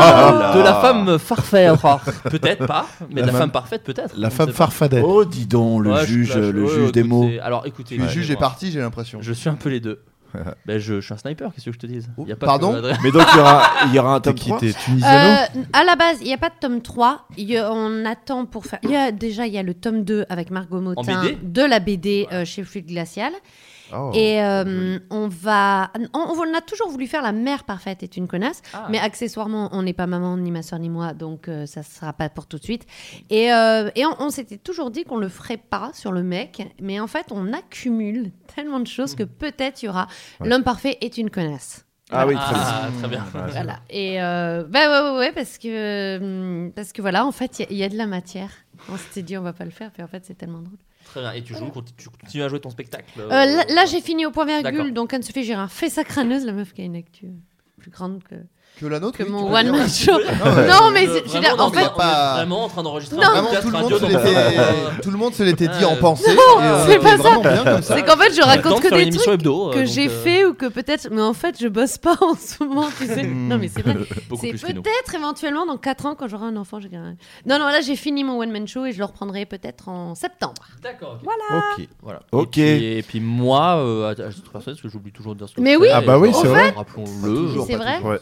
Oh de la femme farfère, peut-être pas, mais La de la femme- femme parfaite peut-être. La on ne femme sait pas. farfadette. Oh, dis donc, le Ouais, je juge, lâche- le ouais, juge des écoutez, mots. Alors écoutez, Le juge est moi, parti, j'ai l'impression. Je suis un peu les deux. Ben, je, je suis un sniper, qu'est-ce que je te dise Oh, Y a pas pardon que Adrien. Mais donc il y aura, il y aura un T'es tome qui trois. t'es tunisiano Euh, à la base, il n'y a pas de tome trois. Il y a- on attend pour faire. Il y a, déjà, il y a le tome deux avec Margot Motin B D de la B D euh, chez Fluide Glacial. Oh, Et euh, on va. On, on a toujours voulu faire La mère parfaite est une connasse, Ah. mais accessoirement, on n'est pas maman, ni ma soeur, ni moi, donc euh, ça ne sera pas pour tout de suite. Et, euh, et on, on s'était toujours dit qu'on le ferait pas sur le mec, mais en fait, on accumule tellement de choses que peut-être il y aura Ouais. L'homme parfait est une connasse. Ah oui, très bien. Ah, très bien. Voilà. Et euh, bah ouais, ouais, ouais, parce que euh, parce que voilà, en fait, il y a- il y, a de la matière. On s'était dit on va pas le faire, puis en fait, c'est tellement drôle. Très bien. Et tu joues, tu continues à jouer ton spectacle Euh, là, là, j'ai fini au point D'accord. virgule, donc Anne-Sophie Girard fait sa crâneuse, la meuf qui a une actu plus grande que, Que la nôtre que oui, mon tu peux one dire. man show. ouais. Non, mais Euh, c'est- je veux dire, vraiment, en non, fait, mais on est pas- vraiment en train d'enregistrer Non. un Vraiment, podcast tout le, monde radio. se donc, l'était, euh, tout le monde se l'était dit Ouais. en pensée. Non, et on c'est était pas vraiment bien comme ça. c'est qu'en fait, je on a le temps raconte de que faire des l'émission trucs hebdo, euh, que donc, j'ai euh, fait ou que peut-être, mais en fait, je bosse pas en ce moment, tu sais. Non, mais c'est vrai. beaucoup C'est plus que nous. peut-être éventuellement dans quatre ans quand j'aurai un enfant, je dirai. Non, non, là j'ai fini mon one man show et je le reprendrai peut-être en septembre. D'accord. ok. Voilà. Ok. Voilà. Ok. Et puis, et puis moi, euh, à à titre personnel, parce que j'oublie toujours de dire ce que Mais je oui. fais, Ah bah oui, et, c'est euh, vrai. Rappelons-le. Toujours, C'est pas vrai toujours. Ouais.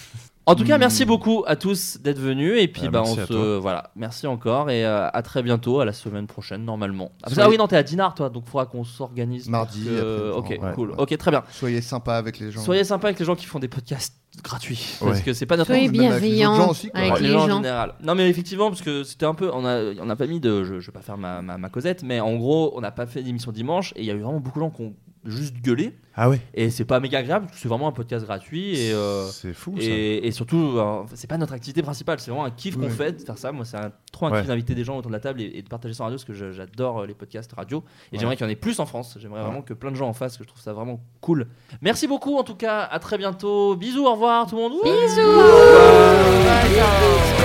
En tout cas, Hmm. merci beaucoup à tous d'être venus et puis Ah, bah, merci on à se toi. voilà, merci encore et euh, à très bientôt, à la semaine prochaine normalement. Ah, Soyez- ah oui non, t'es à Dinard toi, donc il faudra qu'on s'organise pour Mardi, que- après, ok, ouais, cool, ouais. ok, très bien. Soyez sympa avec les gens. Soyez sympa avec les gens qui font des podcasts gratuits parce Ouais. que c'est pas notre Soyez même avec les autres bienveillants gens aussi, quoi. avec Ouais, les gens en gens. général. Non mais effectivement parce que c'était un peu on a on n'a pas mis de je, je vais pas faire ma, ma, ma causette mais en gros on n'a pas fait d'émission dimanche et il y a eu vraiment beaucoup de gens qui ont juste gueulé Ah ouais. et c'est pas méga agréable parce que c'est vraiment un podcast gratuit et euh, C'est fou ça. et, et surtout, euh, c'est pas notre activité principale, c'est vraiment un kiff qu'on Ouais. fait de faire ça. Moi, c'est un- trop un Ouais. kiff d'inviter des gens autour de la table et, et de partager ça en radio parce que je- j'adore euh, les podcasts radio. Et Ouais. j'aimerais qu'il y en ait plus en France. J'aimerais vraiment que plein de gens en fassent, que je trouve ça vraiment cool. Merci beaucoup en tout cas, à très bientôt. Bisous, au revoir tout le monde. Bisous. Bye.